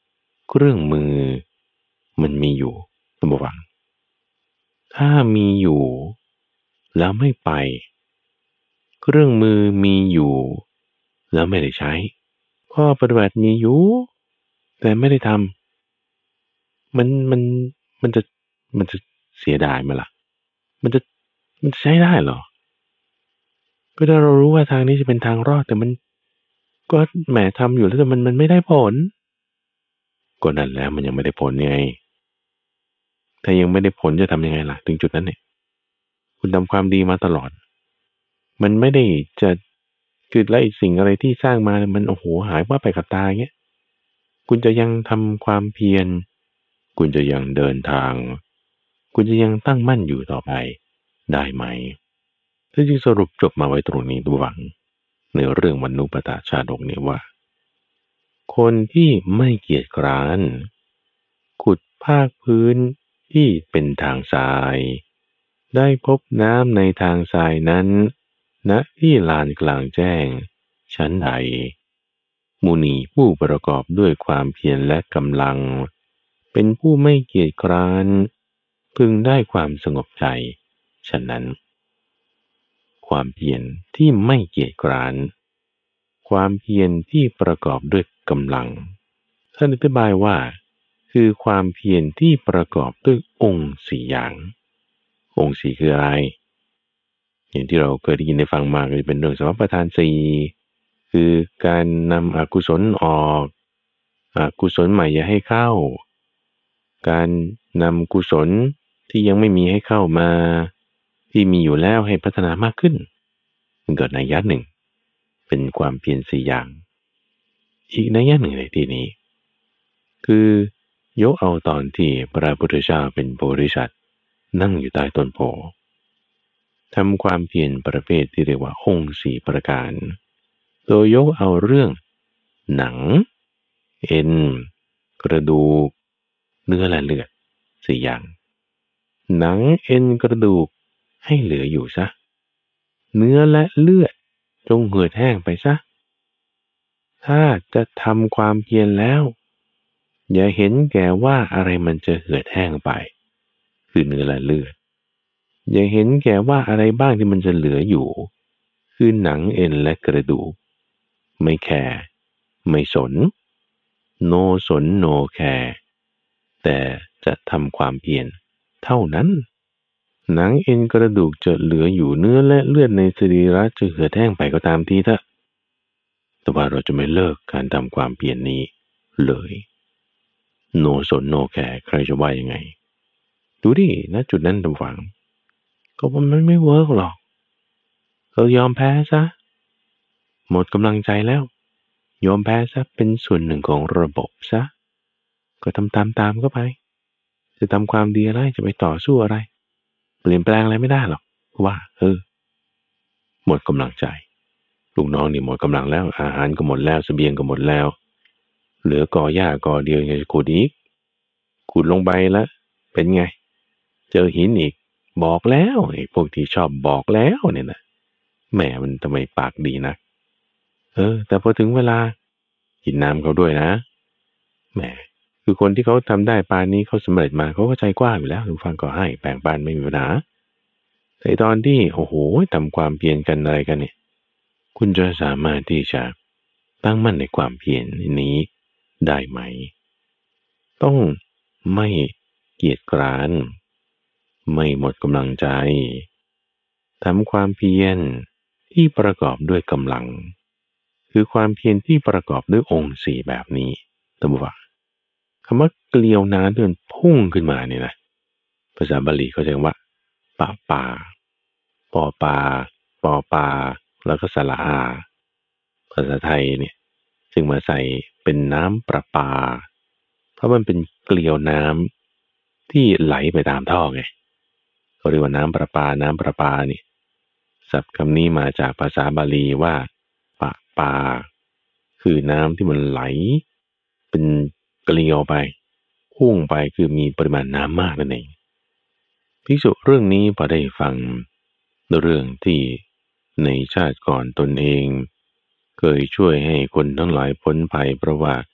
เครื่องมือมันมีอยู่ท่านผู้ฟังถ้ามีอยู่แล้วไม่ไปเครื่องมือมีอยู่แล้วไม่ได้ใช้ข้อปฏิบัติมีอยู่แต่ไม่ได้ทำมันมันมันจะมันจะเสียดายไหมล่ะมันจะมันจะใช้ได้เหรอก็ถ้าเรารู้ว่าทางนี้จะเป็นทางรอดแต่มันก็แหมทำอยู่แล้วแต่มันมันไม่ได้ผลก็นั่นแล้วมันยังไม่ได้ผลไงถ้ายังไม่ได้ผลจะทำยังไงล่ะถึงจุดนั้นเนี่ยคุณทำความดีมาตลอดมันไม่ได้จะคือแล้วไอ้สิ่งอะไรที่สร้างมามันโอ้โหหายว่าไปกับตาเงี้ยคุณจะยังทำความเพียรคุณจะยังเดินทางคุณจะยังตั้งมั่นอยู่ต่อไปได้ไหมถ้าจึงสรุปจบมาไว้ตรงนี้ตัวหวังในเรื่องมนุษย์ปตชาดกนี้ว่าคนที่ไม่เกียจคร้านขุดภาคพื้นที่เป็นทางทรายได้พบน้ำในทางทรายนั้นณที่ลานกลางแจ้งชั้นใดมุนีผู้ประกอบด้วยความเพียรและกำลังเป็นผู้ไม่เกียจคร้านพึงได้ความสงบใจฉะนั้นความเพียรที่ไม่เกียจคร้านความเพียรที่ประกอบด้วยกำลังท่านอธิบายว่าคือความเพียรที่ประกอบด้วยองค์สี่อย่างองค์สี่คืออะไรอย่างที่เราเคยได้ยินได้ฟังมาก็จะเป็นเรื่องสัมมาประธานสี่คือการนำอกุศลออกอกุศลใหม่อย่าให้เข้าการนำกุศลที่ยังไม่มีให้เข้ามาที่มีอยู่แล้วให้พัฒนามากขึ้นมันเกิดนัยยะหนึ่งเป็นความเพียรสี่อย่างอีกนัยยะหนึ่งในที่นี้คือยกเอาตอนที่พระพุทธเจ้าเป็นโพธิสัตว์นั่งอยู่ใต้ต้นโพทำความเพียรประเภทที่เรียกว่าองค์สี่ประการโดยยกเอาเรื่องหนังเอ็นกระดูกเนื้อและเลือดสี่อย่างหนังเอ็นกระดูกให้เหลืออยู่ซะเนื้อและเลือดจงเหือดแห้งไปซะถ้าจะทำความเพียรแล้วอย่าเห็นแก่ว่าอะไรมันจะเหือดแห้งไปคือเนื้อและเลือดอย่าเห็นแก่ว่าอะไรบ้างที่มันจะเหลืออยู่คือหนังเอ็นและกระดูกไม่แคร์ไม่สนโนสนโนแคร์แต่จะทำความเพียรเท่านั้นหนังเอ็นกระดูกจะเหลืออยู่เนื้อและเลือดในสรีระจะเหือดแห้งไปก็ตามทีเถอะแต่ว่าเราจะไม่เลิกการทำความเพียรนี้เลยโนสนโนแคร์ใครจะว่ายังไงดูดิณจุดนั้นทำฝังก็มันไม่เวิร์กหรอกเรายอมแพ้ซะหมดกำลังใจแล้วยอมแพ้ซะเป็นส่วนหนึ่งของระบบซะก็ทำตามตามก็ไปจะทำความดีอะไรจะไปต่อสู้อะไรเปลี่ยนแปลงอะไรไม่ได้หรอกว่าเออหมดกำลังใจลูกน้องนี่หมดกำลังแล้วอาหารก็หมดแล้วเสบียงก็หมดแล้วเหลือกอหญ้ากอเดียวยังจะขุดอีกขุดลงไปแล้วเป็นไงเจอหินอีกบอกแล้วไอ้พวกที่ชอบบอกแล้วเนี่ยนะแหมมันทำไมปากดีนะเออแต่พอถึงเวลากินน้ำเขาด้วยนะแหมคือคนที่เขาทำได้ปานนี้เขาสำเร็จมาเขาก็ใจกว้างอยู่แล้วทุกฟังก็ให้แบ่งปันไม่มีปัญหาแต่ตอนที่โอ้โหทำความเพียรกันอะไรกันเนี่ยคุณจะสามารถที่จะตั้งมั่นในความเพียรนี้ได้ไหมต้องไม่เกียจคร้านไม่หมดกำลังใจทำความเพียรที่ประกอบด้วยกำลังคือความเพียรที่ประกอบด้วยองค์สี่แบบนี้ตั้งว่าคำว่าเกลียวน้ำที่มันพุ่งขึ้นมาเนี่ยนะภาษาบาลีเขาเรียกว่าปะปาปอปาปอปาแล้วก็สระอาภาษาไทยเนี่ยจึงมาใส่เป็นน้ำประปาเพราะมันเป็นเกลียวน้ำที่ไหลไปตามท่อไงเขาเรียกว่าน้ำประปาน้ำประปานี่ศัพท์คำนี้มาจากภาษาบาลีว่าปะปาคือน้ำที่มันไหลเป็นเกลียวไปพุ่งไปคือมีปริมาณน้ำมากนั่นเองภิกษุเรื่องนี้พอได้ฟังเรื่องที่ในชาติก่อนตนเองเคยช่วยให้คนทั้งหลายพ้นภัยเพราะว่า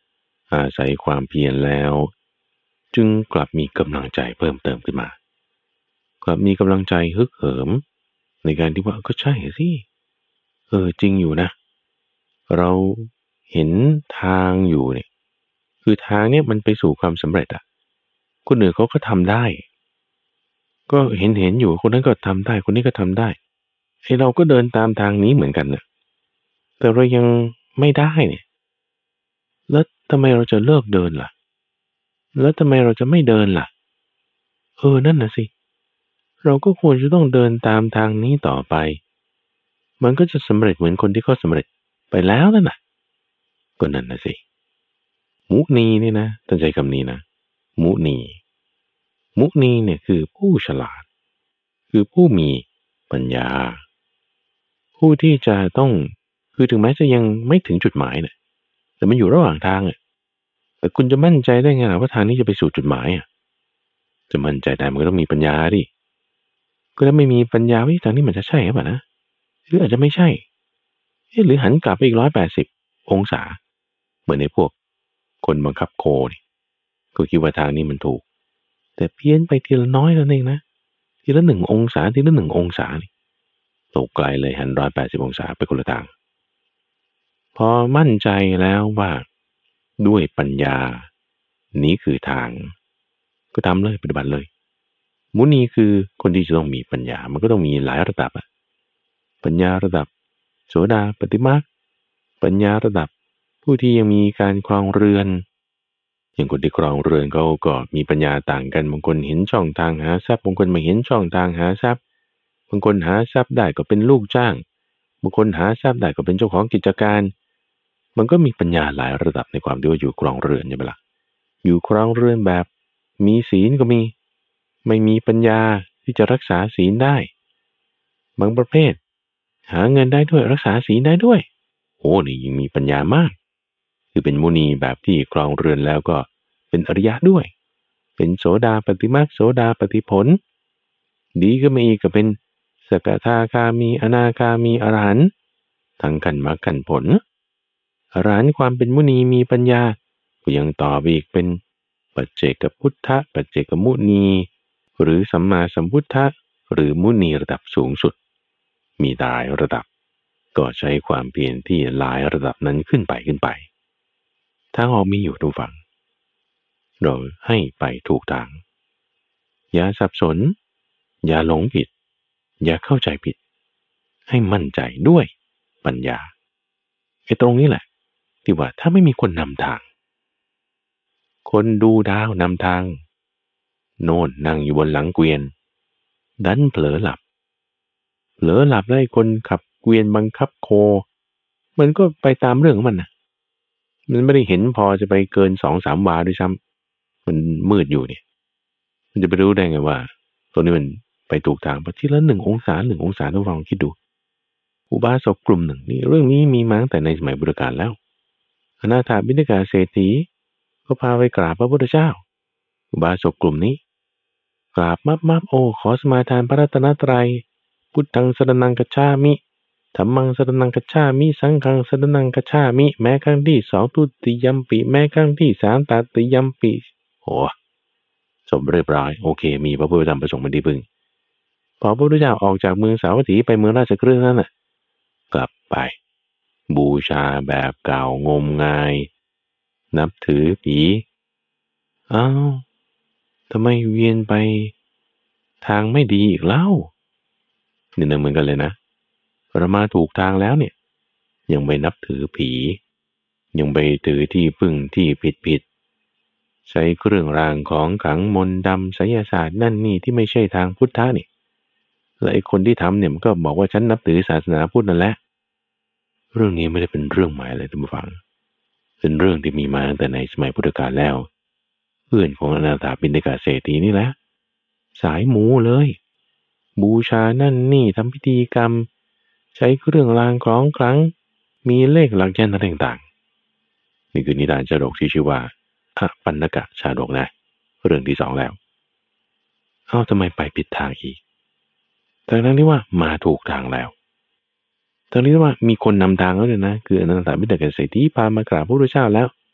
อาศัยความเพียรแล้วจึงกลับมีกำลังใจเพิ่มเติมขึ้นมากลับมีกำลังใจฮึกเหิมในการที่ว่าก็ใช่สิเออจริงอยู่นะเราเห็นทางอยู่เนี่ยคือทางเนี่ยมันไปสู่ความสำเร็จอ่ะคนอื่นเขาก็ทำได้ก็เห็นเห็นอยู่คนนั้นก็ทำได้คนนี้ก็ทำได้ไอ้เราก็เดินตามทางนี้เหมือนกันนะแต่เรายังไม่ได้เนี่ยแล้วทำไมเราจะเลิกเดินล่ะแล้วทำไมเราจะไม่เดินล่ะเออนั่นน่ะสิเราก็ควรจะต้องเดินตามทางนี้ต่อไปมันก็จะสำเร็จเหมือนคนที่เขาสำเร็จไปแล้วนั่นน่ะก็นั่นน่ะสิมุนีนี่นะตั้งใจคำนี้นะมุนีมุนีเนี่ยคือผู้ฉลาดคือผู้มีปัญญาผู้ที่จะต้องคือถึงแม้จะยังไม่ถึงจุดหมายเนี่ยแต่มันอยู่ระหว่างทางอ่ะแต่คุณจะมั่นใจได้ไงล่ะว่าทางนี้จะไปสู่จุดหมายอ่ะจะมั่นใจได้มันก็ต้องมีปัญญาดิก็ถ้าไม่มีปัญญาว่าทางนี้มันจะใช่หรือเปล่านะหรืออาจจะไม่ใช่เอ๊ะหรือหันกลับไปอีกร้อยแปดสิบองศาเหมือนในพวกคนบังคับโคนี่ก็คิดว่าทางนี้มันถูกแต่เพี้ยนไปทีละน้อยเท่านั้นเองนะทีละหนึ่งองศาทีละหนึ่งองศานี่ตกไกลเลยหันร้อยแปดสิบองศาไปคนละทางพอมั่นใจแล้วว่าด้วยปัญญานี้คือทางก็ทำเลยปฏิบัติเลยมุนีคือคนที่จะต้องมีปัญญามันก็ต้องมีหลายระดับอะปัญญาระดับโสดาปัตติมาคปัญญาระดับผู้ที่ยังมีการครองเรือนอย่างคนที่ครองเรือนเขาก็มีปัญญาต่างกันบางคนเห็นช่องทางหาทรัพย์บางคนไม่เห็นช่องทางหาทรัพย์บางคนหาทรัพย์ได้ก็เป็นลูกจ้างบางคนหาทรัพย์ได้ก็เป็นเจ้าของกิจการมันก็มีปัญญาหลายระดับในความที่ว่าอยู่ครองเรือนใช่ไหมล่ะอยู่ครองเรือนแบบมีศีลก็มีไม่มีปัญญาที่จะรักษาศีลได้บางประเภทหาเงินได้ด้วยรักษาศีลได้ด้วยโอ้นี่ยิ่งมีปัญญามากคือเป็นมุนีแบบที่ครองเรือนแล้วก็เป็นอริยะด้วยเป็นโสดาปัตติมาคโสดาปัตติผลดีก็ไม่อีกก็เป็นสกทาคามีอนาคามีอรหันต์ทั้งกันมรรคกันผลอรหันต์ความเป็นมุนีมีปัญญาก็ยังต่อไปอีกเป็นปัจเจกพุทธะปัจเจกมุนีหรือสัมมาสัมพุทธะหรือมุนีระดับสูงสุดมีหลายระดับก็ใช้ความเพียรที่หลายระดับนั้นขึ้นไปขึ้นไปทางออกมีอยู่ทุกฝั่งเราให้ไปถูกทางอย่าสับสนอย่าหลงผิดอย่าเข้าใจผิดให้มั่นใจด้วยปัญญาไอ้ตรงนี้แหละที่ว่าถ้าไม่มีคนนำทางคนดูดาวนำทางโน่นนั่งอยู่บนหลังเกวียนดันเผลอหลับเผลอหลับได้คนขับเกวียนบังคับโคมันก็ไปตามเรื่องของมันนะมันไม่ได้เห็นพอจะไปเกินสองสามวาด้วยซ้ำมันมืดอยู่เนี่ยมันจะไปรู้ได้ไงว่าตรงนี้มันไปถูกทางพอทีละหนึ่งองศาหนึ่งองศาต้องลองคิดดูอุบาสกกลุ่มหนึ่งนี่เรื่องนี้มีมาตั้งแต่ในสมัยพุทธกาลแล้วอนาถาบิณฑิกาเศรษฐีก็พาไปกราบพระพุทธเจ้าอุบาสกกลุ่มนี้กราบมับมับโอ้ขอสมาทานพระรัตนตรัยพุทธังสรณังคัจฉามิธัมมังสรณังคัจฉามิสังฆังสรณังคัจฉามิแม้ครั้งที่สองทุติยัมปิแม้ครั้งที่สามตติยัมปิโอ้จบเรียบร้อยโอเคมีพระพุทธธรรมประสงค์เป็นที่พึ่งพอพระพุทธเจ้าออกจากเมืองสาวัตถีไปเมืองราชคฤห์นั่นน่ะกลับไปบูชาแบบเก่างมงายนับถือผีอ้าวทำไมเวียนไปทางไม่ดีอีกเล่านี่นึกเหมือนกันเลยนะเรามาถูกทางแล้วเนี่ยยังไปนับถือผียังไปถือที่พึ่งที่ผิดผิดใช้เครื่องรางของขลังมนต์ดำไสยศาสตร์นั่นนี่ที่ไม่ใช่ทางพุทธะนี่และไอ้คนที่ทำเนี่ยมันก็บอกว่าฉันนับถือศาสนาพุทธนั่นแหละเรื่องนี้ไม่ได้เป็นเรื่องใหม่เลยท่านผู้ฟังเป็นเรื่องที่มีมาตั้งแต่ในสมัยพุทธกาลแล้วเพื่อนของอนาถาบิณฑิกาเศรษฐีนี่แหละสายมูเลยบูชานั่นนี่ทำพิธีกรรมใช้เครื่องรางของขลังมีเลขหลักยันอะไรต่างๆนี่คือนิทานชาดกที่ชื่อว่าอปันนกะชาดกนะเรื่องที่สองแล้วเอ้าทำไมไปผิดทางอีกแต่ทั้งที่ว่ามาถูกทางแล้วทั้งที่ว่ามีคนนำทางแล้วเนี่ยนะคืออนาถาบิณฑิกาเศรษฐีพามากราบพระพุทธเจ้าแล้วพ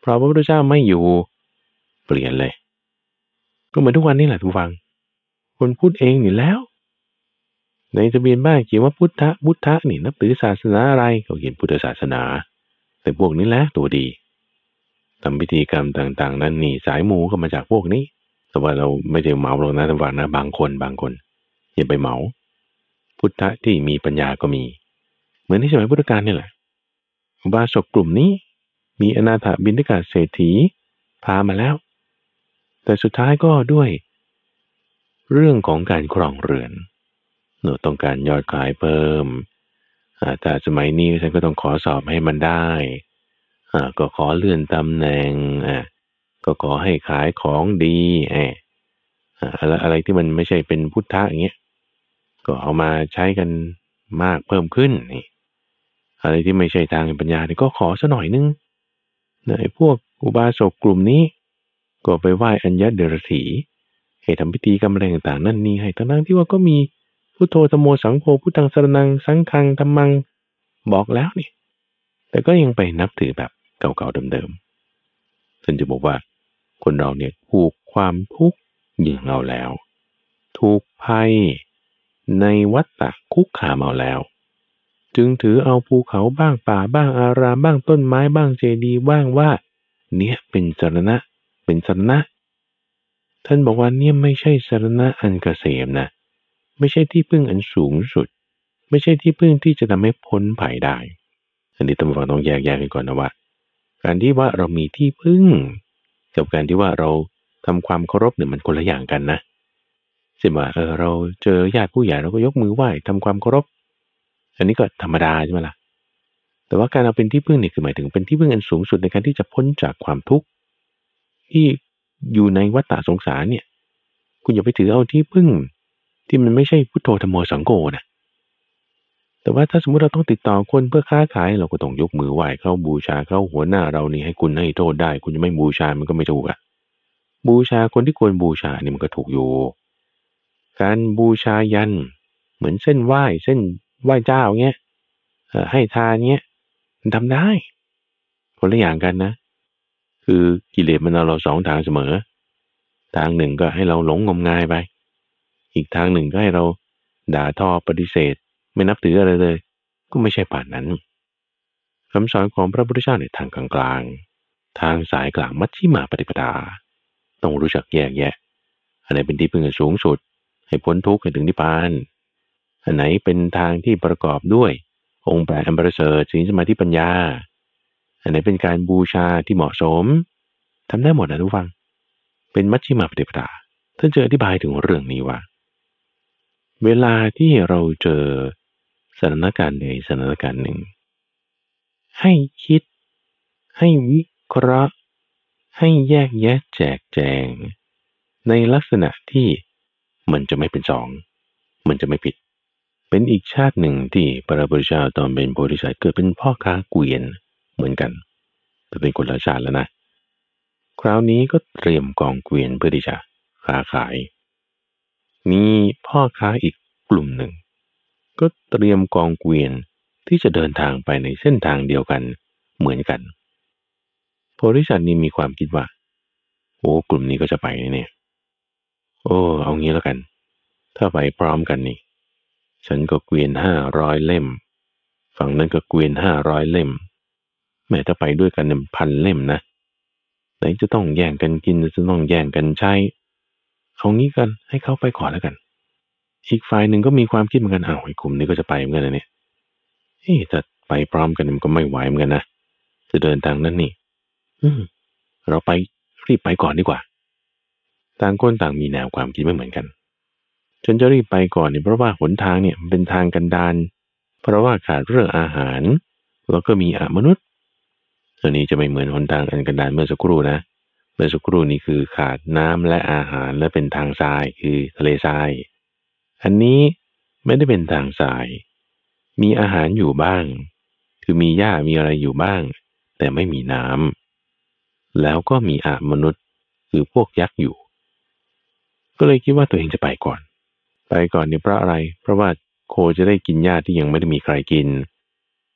พอพระพุทธเจ้าไม่อยู่เปลี่ยนเลยก็เหมือนทุกวันนี้แหละทุกฟังคนพูดเองอยู่แล้วในทะเบียนบ้านเขียนว่าพุทธะพุทธะนี่นับถือศาสนาอะไรเขาเขียนพุทธศาสนาแต่พวกนี้แหละตัวดีทำพิธีกรรมต่างๆนั้นนี่สายมูก็มาจากพวกนี้แต่ว่าเราไม่ได้เหมาหรอกนะท่านฟังนะบางคนบางคนอย่าไปเหมาพุทธะที่มีปัญญาก็มีเหมือนที่สมัยพุทธกาลนี่แหละอุบาสกกลุ่มนี้มีอนาถบิณฑิกาเศรษฐีพามาแล้วแต่สุดท้ายก็ด้วยเรื่องของการครองเรือนเราต้องการยอดขายเพิ่มแต่สมัยนี้ฉันก็ต้องขอสอบให้มันได้ก็ขอเลื่อนตำแหน่งก็ขอให้ขายของดีอะไรอะไรที่มันไม่ใช่เป็นพุทธะอย่างเงี้ยก็เอามาใช้กันมากเพิ่มขึ้นนี่อะไรที่ไม่ใช่ทางปัญญาเนี่ยก็ขอซะหน่อยนึงไอ้พวกอุบาสกกลุ่มนี้ก็ไปไหว้อัญญเดรถีให้ทำพิธีกรรมอะไรต่างๆนั่นนี่ให้ทั้งที่ว่าก็มีพุทโธธัมโมสังโฆพุทธังสรณังสังฆังธัมมังบอกแล้วนี่แต่ก็ยังไปนับถือแบบเก่าๆเดิมๆฉันจะบอกว่าคนเราเนี่ยถูกความทุกข์ยิงเอาแล้วถูกภัยในวัฏฏะคุกคามเอาแล้วจึงถือเอาภูเขาบ้างป่าบ้างอารามบ้างต้นไม้บ้างเจดีย์บ้างว่าเนี่ยเป็นสรณะเป็นสรณะท่านบอกว่าเนี่ยไม่ใช่สรณะอันเกษมนะไม่ใช่ที่พึ่งอันสูงสุดไม่ใช่ที่พึ่งที่จะทำให้พ้นภัยได้อันนี้ต้องฟังต้องแยกแยะกันก่อนนะว่าการที่ว่าเรามีที่พึ่งกับการที่ว่าเราทำความเคารพเนี่ยมันคนละอย่างกันนะเช่นว่าเออเราเจอญาติผู้ใหญ่เราก็ยกมือไหว้ทำความเคารพอันนี้ก็ธรรมดาใช่ไหมล่ะแต่ว่าการเอาเป็นที่พึ่งนี่คือหมายถึงเป็นที่พึ่งอันสูงสุดในการที่จะพ้นจากความทุกข์ที่อยู่ในวัฏฏะสงสารเนี่ยคุณอย่าไปถือเอาที่พึ่งที่มันไม่ใช่พุทโธธัมโมสังโฆนะแต่ว่าถ้าสมมุติเราต้องติดต่อคนเพื่อค้าขายเราก็ต้องยกมือไหว้เขาบูชาเขาหัวหน้าเรานี่ให้คุณให้โทษได้คุณจะไม่บูชามันก็ไม่ถูกอ่ะบูชาคนที่ควรบูชานี่มันก็ถูกอยู่การบูชายันเหมือนเส้นไหว้เส้นไหว้เจ้าเงี้ยให้ทานเงี้ยมันทำได้คนละอย่างกันนะคือกิเลสมันเอาเราสองทางเสมอทางหนึ่งก็ให้เราหลงงมงายไปอีกทางหนึ่งก็ให้เราด่าทอปฏิเสธไม่นับถืออะไรเลยก็ไม่ใช่ป่านนั้นคำสอนของพระพุทธเจ้าในทางกลางๆทางสายกลางมัชฌิมาปฏิปทาต้องรู้จักแยกแยะอันไหนเป็นที่พึ่งสูงสุดให้พ้นทุกข์ให้ถึงนิพพานอันไหนเป็นทางที่ประกอบด้วยองค์แปดอันประเสริฐศีลสมาธิปัญญาอันไหนเป็นการบูชาที่เหมาะสมทำได้หมดนะทุกฟังเป็นมัชฌิมาปฏิปทาท่านจะอธิบายถึงเรื่องนี้ว่าเวลาที่เราเจอสถานการณ์ในสถานการณ์หนึ่งให้คิดให้วิเคราะห์ให้แยกแยะแจกแจงในลักษณะที่มันจะไม่เป็นสองมันจะไม่ผิดเป็นอีกชาติหนึ่งที่พระพุทธเจ้าตอนเป็นโพธิสัตว์เกิดเป็นพ่อค้าเกวียนเหมือนกันแต่เป็นคนละชาติแล้วนะคราวนี้ก็เตรียมกองเกวียนเพื่อที่จะค้าขายมีพ่อค้าอีกกลุ่มหนึ่งก็เตรียมกองเกวียนที่จะเดินทางไปในเส้นทางเดียวกันเหมือนกันโพธิสัตว์นี่มีความคิดว่าโอ้กลุ่มนี้ก็จะไปเนี่ยโอ้เอางี้แล้วกันถ้าไปพร้อมกันนี่ฉันก็เกวียนห้าร้อยเล่มฝั่งนั้นก็เกวียนห้าร้อยเล่มแม้ถ้าไปด้วยกันเนี่ยพันเล่มนะไหนจะต้องแย่งกันกินจะต้องแย่งกันใช้เอางี้กันให้เขาไปก่อนแล้วกันอีกฝ่ายหนึ่งก็มีความคิดเหมือนกันอ้าวไอ้กลุ่มนี้ก็จะไปเหมือนกันนะเนี่ยเฮ้ยแต่ไปพร้อมกันมันก็ไม่ไหวเหมือนกันนะจะเดินทางนั้นนี่อืมเราไปรีบไปก่อนดีกว่าต่างคนต่างมีแนวความคิดไม่เหมือนกันฉันจะรีบไปก่อนเนี่ยเพราะว่าหนทางเนี่ยเป็นทางกันดารเพราะว่าขาดเรื่องอาหารแล้วก็มีอมนุษย์ตัวนี้จะไม่เหมือนหนทางอันกันดารเมื่อสักครู่นะเมื่อสักครู่นี้คือขาดน้ำและอาหารและเป็นทางทรายคือทะเลทรายอันนี้ไม่ได้เป็นทางทรายมีอาหารอยู่บ้างคือมีหญ้ามีอะไรอยู่บ้างแต่ไม่มีน้ำแล้วก็มีอมนุษย์คือพวกยักษ์อยู่ก็เลยคิดว่าตัวเองจะไปก่อนไปก่อนเนี่ยเพราะอะไรเพราะว่าโคจะได้กินหญ้าที่ยังไม่ได้มีใครกิน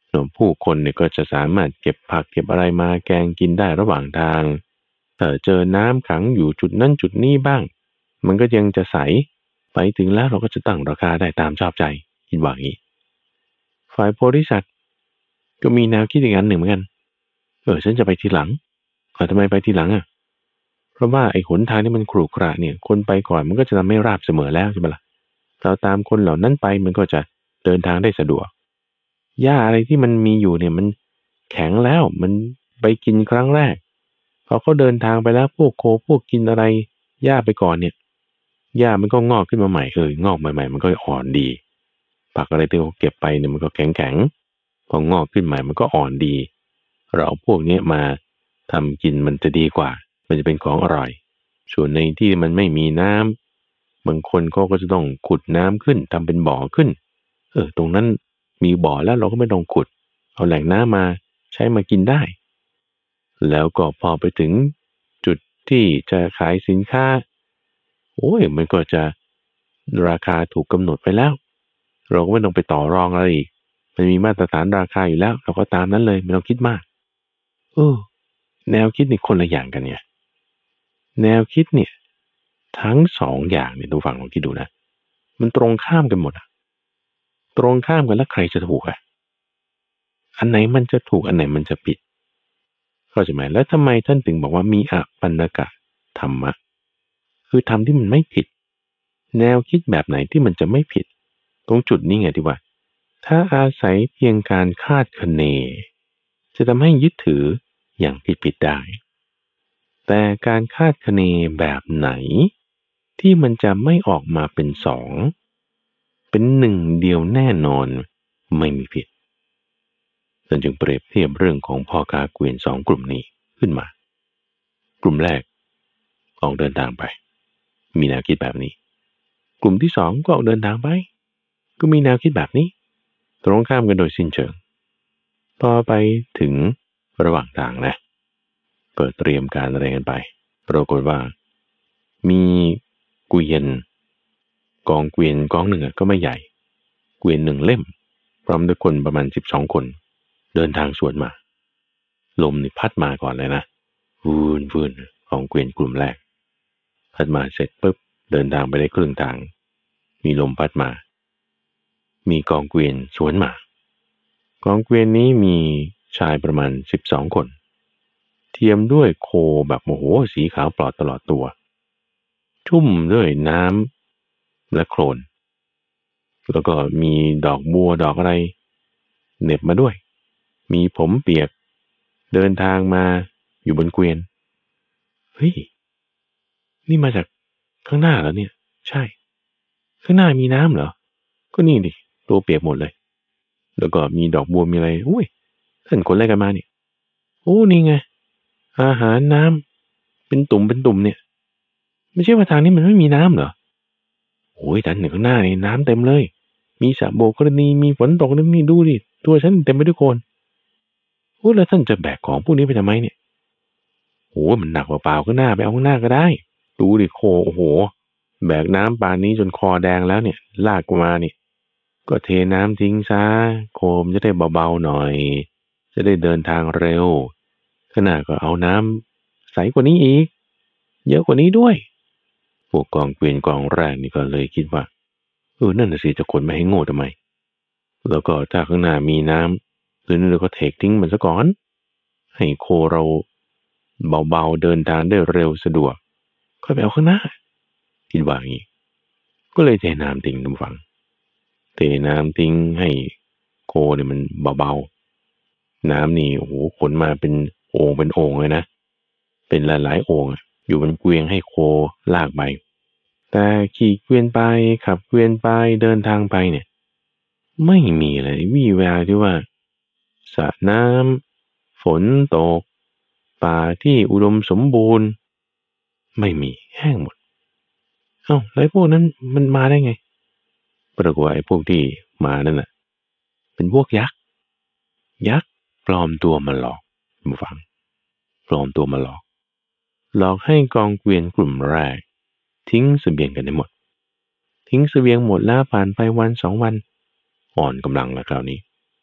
หนุ่มผู้คนเนี่ยก็จะสามารถเก็บผักเก็บอะไรมาแกงกินได้ระหว่างทางถ้าเจอน้ำขังอยู่จุดนั้นจุดนี้บ้างมันก็ยังจะใสไปถึงแล้วเราก็จะตั้งราคาได้ตามชอบใจคิดว่างี้ฝ่ายโพธิสัตว์ก็มีแนวคิดอย่างนั้นหนึ่งเหมือนกันเออฉันจะไปทีหลังเออทำไมไปทีหลังอ่ะเพราะว่าไอ้หนทางที่มันขรุขระเนี่ยคนไปก่อนมันก็จะทำให้ราบเสมอแล้วใช่ไหมล่ะเราตามคนเหล่านั้นไปมันก็จะเดินทางได้สะดวกหญ้าอะไรที่มันมีอยู่เนี่ยมันแข็งแล้วมันไปกินครั้งแรกพอเขาเดินทางไปแล้วพวกโคพวกกินอะไรหญ้าไปก่อนเนี่ยหญ้ามันก็งอกขึ้นมาใหม่เอองอกใหม่ๆมันก็อ่อนดีผักอะไรที่เขาเก็บไปเนี่ยมันก็แข็งๆพองอกขึ้นใหม่มันก็อ่อนดีเราเอาพวกนี้มาทำกินมันจะดีกว่ามันจะเป็นของอร่อยส่วนในที่มันไม่มีน้ำบางคนก็ก็จะต้องขุดน้ำขึ้นทำเป็นบ่อขึ้นเออตรงนั้นมีบ่อแล้วเราก็ไม่ต้องขุดเอาแหล่งน้ำมาใช้มากินได้แล้วก็พอไปถึงจุดที่จะขายสินค้าโอ้ยมันก็จะราคาถูกกำหนดไปแล้วเราก็ไม่ต้องไปต่อรองอะไรอีกมันมีมาตรฐานราคาอยู่แล้วเราก็ตามนั้นเลยไม่ต้องคิดมากเออแนวคิดนี่คนละอย่างกันเนี่ยแนวคิดเนี่ยทั้งสองอย่างเนี่ยดูฝั่งลองคิดดูนะมันตรงข้ามกันหมดอะตรงข้ามกันแล้วใครจะถูกอะอันไหนมันจะถูกอันไหนมันจะผิดเข้าใจไหมแล้วทำไมท่านถึงบอกว่ามีอปันนกะธรรมะคือธรรมที่มันไม่ผิดแนวคิดแบบไหนที่มันจะไม่ผิดตรงจุดนี้ไงที่ว่าถ้าอาศัยเพียงการคาดคะเนจะทำให้ยึดถืออย่างผิดๆได้แต่การคาดคะเนแบบไหนที่มันจะไม่ออกมาเป็นสองเป็นหนึ่งเดียวแน่นอนไม่มีผิดท่านจึงเปรียบเทียบเรื่องของพ่อค้าเกวียนสองกลุ่มนี้ขึ้นมากลุ่มแรกออกเดินทางไปมีแนวคิดแบบนี้กลุ่มที่สองก็ออกเดินทางไปก็มีแนวคิดแบบนี้ตรงข้ามกันโดยสิ้นเชิงพอไปถึงระหว่างทางนะก็เตรียมการอะไรกันไปปรากฏว่ามีเกวียนกองเกวียนกองหนึ่งก็ไม่ใหญ่เกวียนหนึ่งเล่มพร้อมด้วยคนประมาณสิบสองคนเดินทางสวนมาลมนี่พัดมาก่อนเลยนะวูนวูนของเกวียนกลุ่มแรกพัดมาเสร็จปุ๊บเดินทางไปได้ครึ่งทางมีลมพัดมามีกองเกวียนสวนมากองเกวียนนี้มีชายประมาณสิบสองคนเทียมด้วยโคแบบโอ้โหสีขาวปลอดตลอดตัวชุ่มด้วยน้ำและโคลนแล้วก็มีดอกบัวดอกอะไรเหน็บมาด้วยมีผมเปียกเดินทางมาอยู่บนเกวียนเฮ้ยนี่มาจากข้างหน้าเหรอเนี่ยใช่ข้างหน้ามีน้ำเหรอก็นี่ดิตัวเปียกหมดเลยแล้วก็มีดอกบัวมีอะไรอุ้ยท่านคนแรกกันมาเนี่ยโอ้นี่ไงอาหารน้ำเป็นตุ่มเป็นตุ่มเนี่ยไม่ใช่ว่าทางนี้มันไม่มีน้ำเหรอโอ้ยท่านหนึ่งข้างหน้านี่น้ำเต็มเลยมีสระโบกกรณีมีฝนตกนี่นี่ดูดิตัวฉันเต็มไปด้วยโคลนโอ้แล้วท่านจะแบกของพวกนี้ไปทำไมเนี่ยโอ้มันหนักเปล่าๆข้างหน้าไปเอาข้างหน้าก็ได้ดูดิโคโอ้โหแบกน้ำปานนี้จนคอแดงแล้วเนี่ยลากออกมานี่ก็เทน้ำทิ้งซะโคมจะได้เบาๆหน่อยจะได้เดินทางเร็วขณะก็เอาน้ำใสกว่านี้อีกเยอะกว่านี้ด้วยพวกกองเกวียนกองแรกนี่ก็เลยคิดว่าเออนั่นน่ะสิจะขนมาให้โง่ทำไมแล้วก็ถ้าข้างหน้ามีน้ำหรือเราก็เทกทิ้งมันซะก่อนให้โคเราเบาๆเดินทางได้เร็วสะดวกค่อยไปเอาข้างหน้าคิดว่าอย่างนี้ก็เลยเทน้ำทิ้งทุกฝั่งเทน้ำทิ้งให้โคเนี่ยมันเบาๆน้ำนี่โอ้โหขนมาเป็นโอ่งเป็นโอ่งเลยนะเป็นหลายๆโอ่งอยู่บนเกวียนให้โคลากไปแต่ขี่เกวียนไปขับเกวียนไปเดินทางไปเนี่ยไม่มีเลยวี่แววที่ว่าสระน้ำฝนตกป่าที่อุดมสมบูรณ์ไม่มีแห้งหมดเอ้าแล้วพวกนั้นมันมาได้ไงปรากฏว่าไอ้พวกที่มานั่นน่ะเป็นพวกยักษ์ยักษ์ปลอมตัวมาหลอกมาฟังปลอมตัวมาหลอกหลอกให้กองเกวียนกลุ่มแรกทิ้งเสบียงกันได้หมดทิ้งเสบียงหมดแล้วผ่านไปวันสองวันอ่อนกำลังแล้วคราวนี้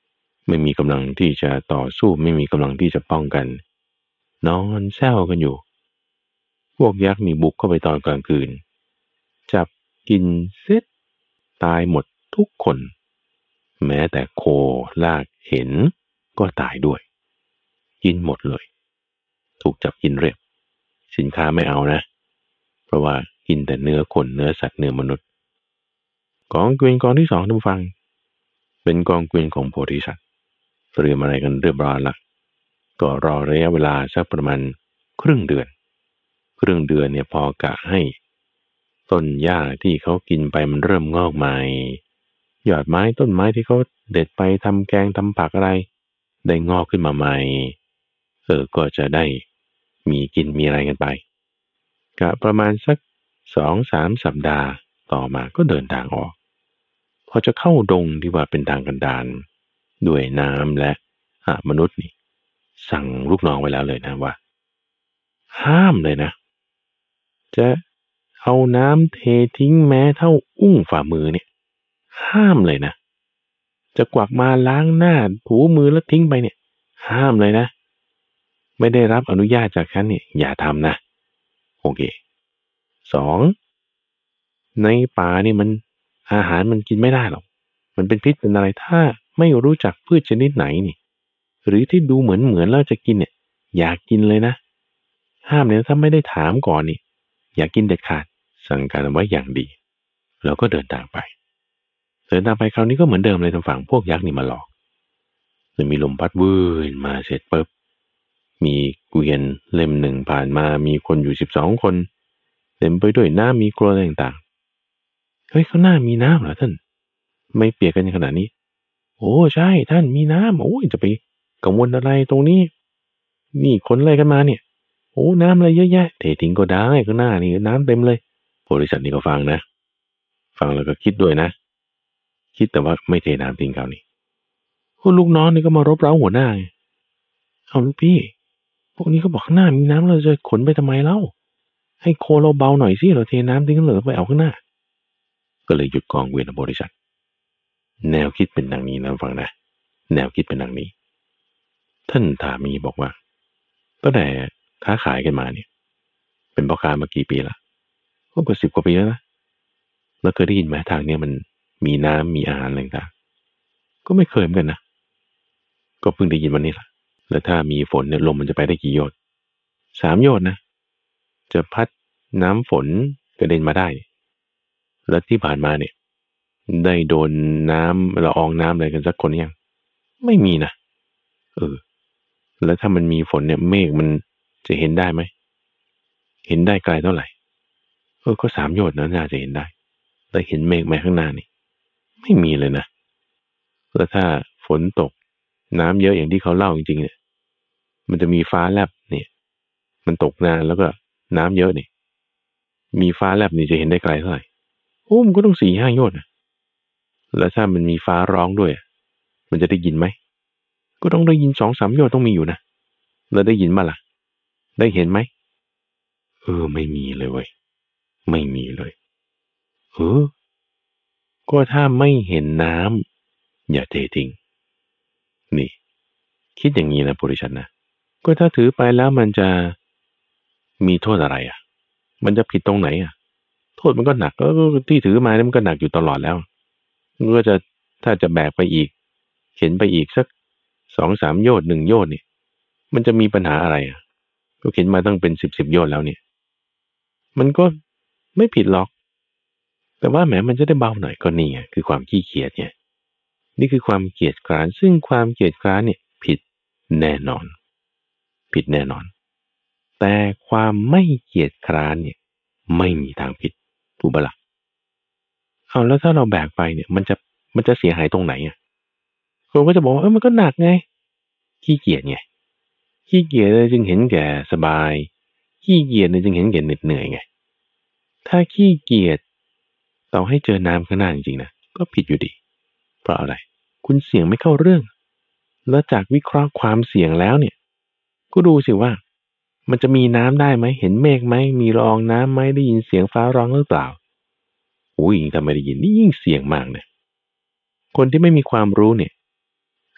ไม่มีกำลังที่จะต่อสู้ไม่มีกำลังที่จะป้องกันนอนแซวกันอยู่พวกยักษ์นี่บุกเข้าไปตอนกลางคืนจับกินเสร็จตายหมดทุกคนแม้แต่โคลากเห็นก็ตายด้วยกินหมดเลยถูกจับกินเรียบสินค้าไม่เอานะเพราะว่ากินแต่เนื้อคนเนื้อสัตว์เนื้อมนุษย์กองเกวียนกองที่สองท่านผู้ฟังเป็นกองเกวียนของโพธิสัตว์เตรียมอะไรกันเรียบร้อยละก็รอระยะเวลาสักประมาณครึ่งเดือนครึ่งเดือนเนี่ยพอกะให้ต้นหญ้าที่เขากินไปมันเริ่มงอกใหม่ยอดไม้ต้นไม้ที่เขาเด็ดไปทำแกงทำผักอะไรได้งอกขึ้นมาใหม่เออก็จะได้มีกินมีอะไรกันไปกะประมาณสักสองสามสัปดาห์ต่อมาก็เดินทางออกพอจะเข้าดงที่ว่าเป็นทางกันดารด้วยน้ำและมนุษย์นี่สั่งลูกน้องไว้แล้วเลยนะว่าห้ามเลยนะจะเอาน้ำเททิ้งแม้เท่าอุ้งฝ่ามือเนี่ยห้ามเลยนะจะกวักมาล้างหน้าถูมือแล้วทิ้งไปเนี่ยห้ามเลยนะไม่ได้รับอนุญาตจากฉันเนี่ยอย่าทำนะโอเคสองในป่านี่มันอาหารมันกินไม่ได้หรอกมันเป็นพิษเป็นอะไรถ้าไม่รู้จักพืชชนิดไหนนี่หรือที่ดูเหมือนเหมือนแล้วจะกินเนี่ยอย่ากินเลยนะห้ามเลยถ้าไม่ได้ถามก่อนนี่อย่ากินเด็ดขาดสั่งการไว้อย่างดีแล้วก็เดินทางไปเดินทางไปคราวนี้ก็เหมือนเดิมเลยทางฝั่งพวกยักษ์นี่มาหลอกเลยมีลมพัดวืนมาเสร็จปุ๊บมีเกวียนเล่มหนึ่งผ่านมามีคนอยู่สิบสองคนเต็มไปด้วยน้ำมีกรวยต่างๆเฮ้ยข้างหน้ามีน้ำเหรอท่านไม่เปียกกันขนาดนี้โอ้ใช่ท่านมีน้ำโอ้ยจะไปกังวลอะไรตรงนี้นี่คนอะไรกันมาเนี่ยโอ้น้ำอะไรเยอะแยะเททิ้งก็ได้ข้างหน้านี่น้ำเต็มเลยบริษัทนี้ก็ฟังนะฟังแล้วก็คิดด้วยนะคิดแต่ว่าไม่เทน้ำทิ้งเขานี่คุณลูกน้องนี่ก็มารบเร้าหัวหน้าเอาลูกพี่พวกนี้เขาบอกข้างหน้ามีน้ำเราจะขนไปทำไมเล่าให้โคเราเบาหน่อยสิเราเทน้ำทิ้งเหลือไปเอาข้างหน้าก็เลยหยุดกองเวียนบริษัทแนวคิดเป็นดังนี้นะฟังนะแนวคิดเป็นดังนี้ท่านถามีบอกว่าตั้งแต่ค้าขายกันมาเนี่ยเป็นพ่อค้ามากี่ปีละก็กว่าสิบกว่าปีแล้วนะแล้วเคยได้ยินไหมทางเนี้ยมันมีน้ำมีอาหารอะไรต่างก็ไม่เคยเหมือนกันนะก็เพิ่งได้ยินวันนี้แหละแล้วถ้ามีฝนเนี่ยลมมันจะไปได้กี่โยชน์สามโยชน์นะจะพัดน้ำฝนกระเด็นมาได้แล้วที่ผ่านมาเนี่ยได้โดนน้ำละอองน้ำอะไรกันสักคนยังไม่มีนะเออแล้วถ้ามันมีฝนเนี่ยเมฆมันจะเห็นได้ไหมเห็นได้ไกลเท่าไหร่เออก็สามโยชน์นะน่าจะเห็นได้แต่เห็นเมฆไหมข้างหน้านี่ไม่มีเลยนะแล้วถ้าฝนตกน้ำเยอะอย่างที่เขาเล่าจริงๆเนี่ยมันจะมีฟ้าแลบเนี่ยมันตกนานแล้วก็น้ำเยอะนี่มีฟ้าแลบนี่จะเห็นได้ไกลเท่าไหร่โอ้มันก็ต้องสี่ห้าโยชน์นะแล้วถ้ามันมีฟ้าร้องด้วยมันจะได้ยินไหมก็ต้องได้ยินสองสามโยชน์ต้องมีอยู่นะแล้วได้ยินมาล่ะได้เห็นไหมเออไม่มีเลยเว้ยไม่มีเลยเออก็ถ้าไม่เห็นน้ำอย่าเททิ้งนี่คิดอย่างนี้นะบริษัทนะก็ถ้าถือไปแล้วมันจะมีโทษอะไรอ่ะมันจะผิดตรงไหนอ่ะโทษมันก็หนักก็ที่ถือมาเนี่ยมันก็หนักอยู่ตลอดแล้วก็จะถ้าจะแบกไปอีกเข็นไปอีกสักสองสามโยชน์หนึ่งโยชน์นี่มันจะมีปัญหาอะไรอ่ะก็เข็นมาตั้งเป็นสิบสิบโยชน์แล้วเนี่ยมันก็ไม่ผิดหรอกแต่ว่าแหมมันจะได้เบาหน่อยก็นี่ไงคือความขี้เกียจเนี่ยนี่คือความเกียจคร้านซึ่งความเกียจคร้านเนี่ยผิดแน่นอนผิดแน่นอนแต่ความไม่เกียจคร้านเนี่ยไม่มีทางผิดถูกปะล่ะเอาแล้วถ้าเราแบกไปเนี่ยมันจะมันจะเสียหายตรงไหนอ่ะคนก็จะบอกว่าเออมันก็หนักไงขี้เกียจไงขี้เกียจเลยจึงเห็นแก่สบายขี้เกียจเลยจึงเห็นแก่เหน็ดเหนื่อยไงถ้าขี้เกียจต่อให้เจอน้ำข้างหน้าจริงๆนะก็ผิดอยู่ดีเพราะอะไรคุณเสี่ยงไม่เข้าเรื่องแล้วจากวิเคราะห์ความเสี่ยงแล้วเนี่ยก็ดูสิว่ามันจะมีน้ำได้ไหมเห็นเมฆไหมมีละอองน้ำไหมได้ยินเสียงฟ้าร้องหรือเปล่าโอ้ยถ้าไม่ได้ยินนี่ยิ่งเสี่ยงมากนะคนที่ไม่มีความรู้เนี่ย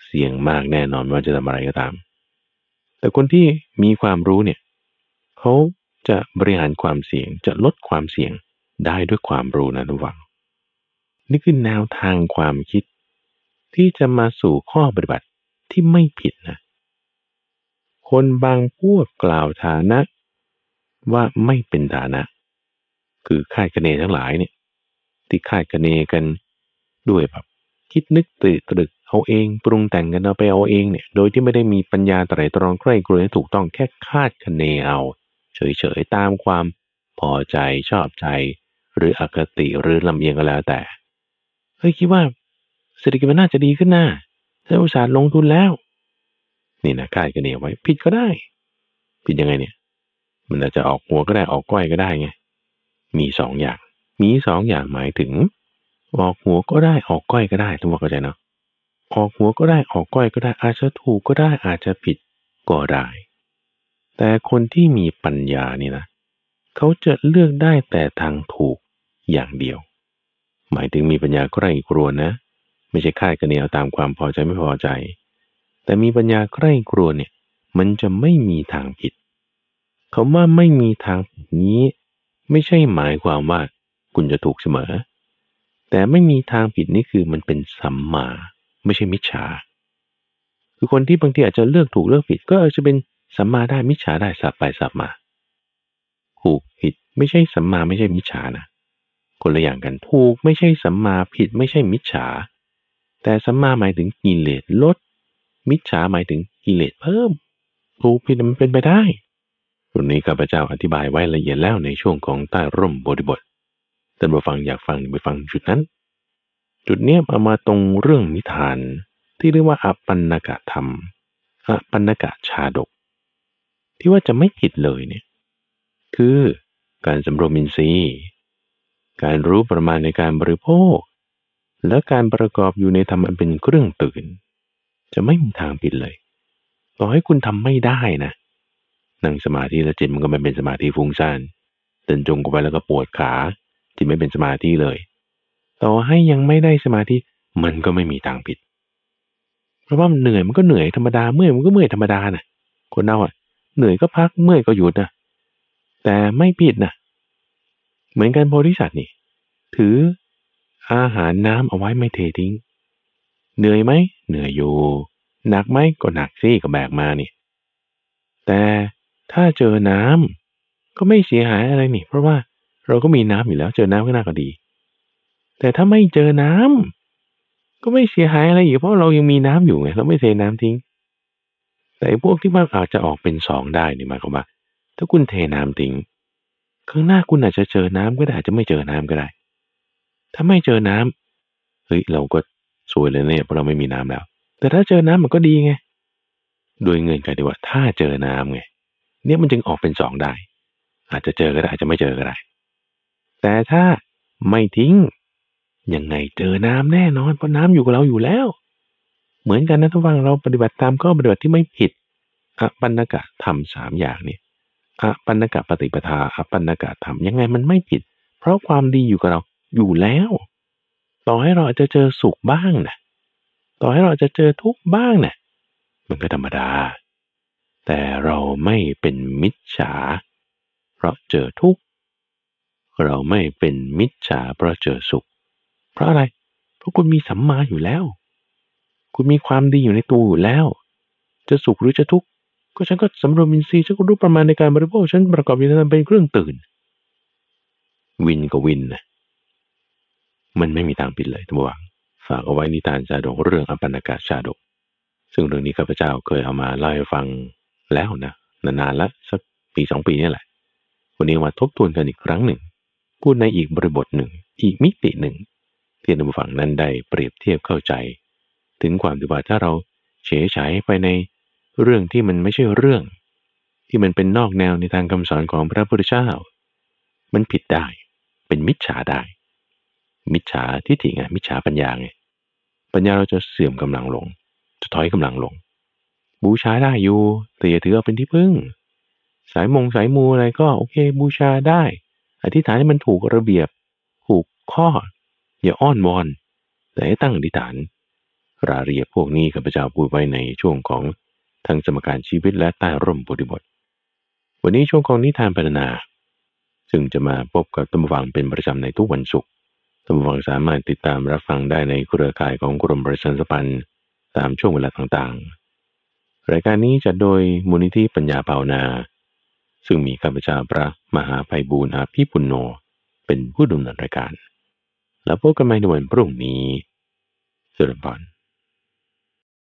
เสี่ยงมากแน่นอนว่าจะทำอะไรก็ตามแต่คนที่มีความรู้เนี่ยเขาจะบริหารความเสี่ยงจะลดความเสี่ยงได้ด้วยความรู้นะทุกฝังนี่คือแนวทางความคิดที่จะมาสู่ข้อปฏิบัติที่ไม่ผิดนะคนบางพวกกล่าวฐานะว่าไม่เป็นฐานะคือคาดคะเนทั้งหลายเนี่ยที่คาดคะเนกันด้วยแบบคิดนึกตื่นตรึกเอาเองปรุงแต่งกันเอาไปเอาเองเนี่ยโดยที่ไม่ได้มีปัญญาไตร่ตรองใคร่ครวญให้ถูกต้องแค่คาดคะเนเอาเฉยๆตามความพอใจชอบใจหรืออคติหรือลำเอียงก็แล้วแต่เฮ้ยคิดว่าเศรษฐกิจมันน่าจะดีขึ้นนะถ้าอุตสาห์ลงทุนแล้วนี่นะคาดคะเนไว้ผิดก็ได้ผิดยังไงเนี่ยมันอาจจะออกหัวก็ได้ออกก้อยก็ได้ไงมีสองอย่างมีสองอย่างหมายถึงออกหัวก็ได้ออกก้อยก็ได้ทุกคนเข้าใจเนาะออกหัวก็ได้ออกก้อยก็ได้อาจจะถูกก็ได้อาจจะผิดก็ได้แต่คนที่มีปัญญานี่นะเขาจะเลือกได้แต่ทางถูกอย่างเดียวหมายถึงมีปัญญาใคร่ครวญนะไม่ใช่คาดคะเนเอาตามความพอใจไม่พอใจแต่มีปัญญาใคร่ครวญเนี่ยมันจะไม่มีทางผิดคำว่าไม่มีทางผิดนี้ไม่ใช่หมายความว่าคุณจะถูกเสมอแต่ไม่มีทางผิดนี่คือมันเป็นสัมมาไม่ใช่มิจฉาคือคนที่บางทีอาจจะเลือกถูกเลือกผิดก็อาจจะเป็นสัมมาได้มิจฉาได้สับไปสับมาถูกผิดไม่ใช่สัมมาไม่ใช่มิจฉานะคนละอย่างกันถูกไม่ใช่สัมมาผิดไม่ใช่มิจฉาแต่สัมมาหมายถึงกิเลสลดมิจฉาหมายถึงกิเลสเพิ่มถูกผิดมันเป็นไปได้ตรงนี้ข้าพเจ้าอธิบายไว้ละเอียดแล้วในช่วงของใต้ร่มบริบทท่านผู้ฟังอยากฟังไปฟังจุดนั้นจุดเนี้ยมามาตรงเรื่องนิทานที่เรียกว่าอปันนกธรรมอปันนกชาดกที่ว่าจะไม่ผิดเลยเนี่ยคือการสำรวมอินทรีย์การรู้ประมาณในการบริโภคและการประกอบอยู่ในธรรมอันเป็นเครื่องตื่นจะไม่มีทางผิดเลยต่อให้คุณทำไม่ได้นะนั่งสมาธิแล้วจิตมันก็ไม่เป็นสมาธิฟุ้งซ่านเดินจงกรมไปแล้วก็ปวดขาจิตไม่เป็นสมาธิเลยต่อให้ยังไม่ได้สมาธิมันก็ไม่มีทางผิดเพราะว่าเหนื่อยมันก็เหนื่อยธรรมดาเมื่อยมันก็เมื่อยธรรมดานะคนเราอ่ะเหนื่อยก็พักเมื่อยก็หยุดนะแต่ไม่ผิดนะเหมือนกันโพธิสัตว์นี่ถืออาหารน้ำเอาไว้ไม่เททิ้งเหนื่อยไหมเหนื่อยอยู่หนักไหมก็หนักสิก็แบกมานี่แต่ถ้าเจอน้ำก็ไม่เสียหายอะไรนี่เพราะว่าเราก็มีน้ำอยู่แล้วเจอน้ำก็น่าก็ดีแต่ถ้าไม่เจอน้ำก็ไม่เสียหายอะไรอยู่เพราะเรายังมีน้ำอยู่ไงเราไม่เทน้ำทิ้งแต่พวกที่ว่าอาจจะออกเป็นสองได้นี่หมายความว่าถ้าคุณเทน้ำทิ้งข้างหน้าคุณอาจจะเจอน้ำก็ได้อาจจะไม่เจอน้ำก็ได้ถ้าไม่เจอน้ำเฮ้ยเราก็สวยเลยเนี่ยเพราะเราไม่มีน้ำแล้วแต่ถ้าเจอน้ำมันก็ดีไงโดยเงื่อนไขที่ว่าถ้าเจอน้ำไงเนี่ยมันจึงออกเป็นสองได้อาจจะเจอก็ได้อาจจะไม่เจอก็ได้แต่ถ้าไม่ทิ้งยังไงเจอน้ำแน่นอนเพราะน้ำอยู่กับเราอยู่แล้วเหมือนกันนะทุกฝั่งเราปฏิบัติตามข้อปฏิบัติที่ไม่ผิดอปันนกะธรรมสามอย่างนี่อปันนกะปฏิปทาอปันนกะธรรมยังไงมันไม่ผิดเพราะความดีอยู่กับเราอยู่แล้วต่อให้เราอาจจะเจอสุขบ้างนะต่อให้เราจะเจอทุกข์บ้างนะมันก็ธรรมดาแต่เราไม่เป็นมิจฉาเพราะเจอทุกข์เราไม่เป็นมิจฉาเพราะเจอสุขเพราะอะไรเพราะคุณมีสัมมาอยู่แล้วคุณมีความดีอยู่ในตัวอยู่แล้วจะสุขหรือจะทุกข์ก็ฉันก็สำรวมอินทรีย์ฉันก็รู้ประมาณในการบริโภคฉันประกอบอยู่ในนั้นเป็นเครื่องตื่นวินกับวินนะมันไม่มีทางผิดเลยท่านผู้ฟังฝากเอาไว้นิทานชาดกเรื่องอปันนกชาดกซึ่งเรื่องนี้ข้าพเจ้าเคยเอามาเล่าให้ฟังแล้วนะนานๆแล้วสักปีสองปีนี่แหละวันนี้มาทบทวนกันอีกครั้งหนึ่งพูดในอีกบริบทหนึ่งอีกมิติหนึ่งที่ท่านผู้ฟังนั้นได้เปรียบเทียบเข้าใจถึงความที่ว่าถ้าเราเฉยฉายไปในเรื่องที่มันไม่ใช่เรื่องที่มันเป็นนอกแนวในทางคำสอนของพระพุทธเจ้ามันผิดได้เป็นมิจฉาได้มิจฉาทิฏฐิไงมิจฉาปัญญาไงปัญญาเราจะเสื่อมกำลังลงจะถอยกำลังลงบูชาได้อยู่แต่อย่าถือเอาเป็นที่พึ่งสายมงสายมูอะไรก็โอเคบูชาได้อธิษฐานให้มันถูกระเบียบถูกข้ออย่าอ้อนวอนแต่ให้ตั้งอธิษฐานรายละเอียดพวกนี้ข้าพเจ้าพูดไว้ในช่วงของทั้งสมการชีวิตและใต้ร่มโพธิบทวันนี้ช่วงของนิทานพรรณนาซึ่งจะมาพบกับท่านผู้ฟังเป็นประจำในทุกวันศุกร์ท่านผู้ฟังสามารถติดตามรับฟังได้ในเครือข่ายของกรมประชาสัมพันธ์ตามช่วงเวลาต่างๆรายการนี้จัดโดยมูลนิธิปัญญาภาวนาซึ่งมีข้าพเจ้าพระมหาไพบูลย์อาภิปุณโญเป็นผู้ดำเนินรายการแล้วพบกันใหม่ในวันพรุ่งนี้สวัสดีครับ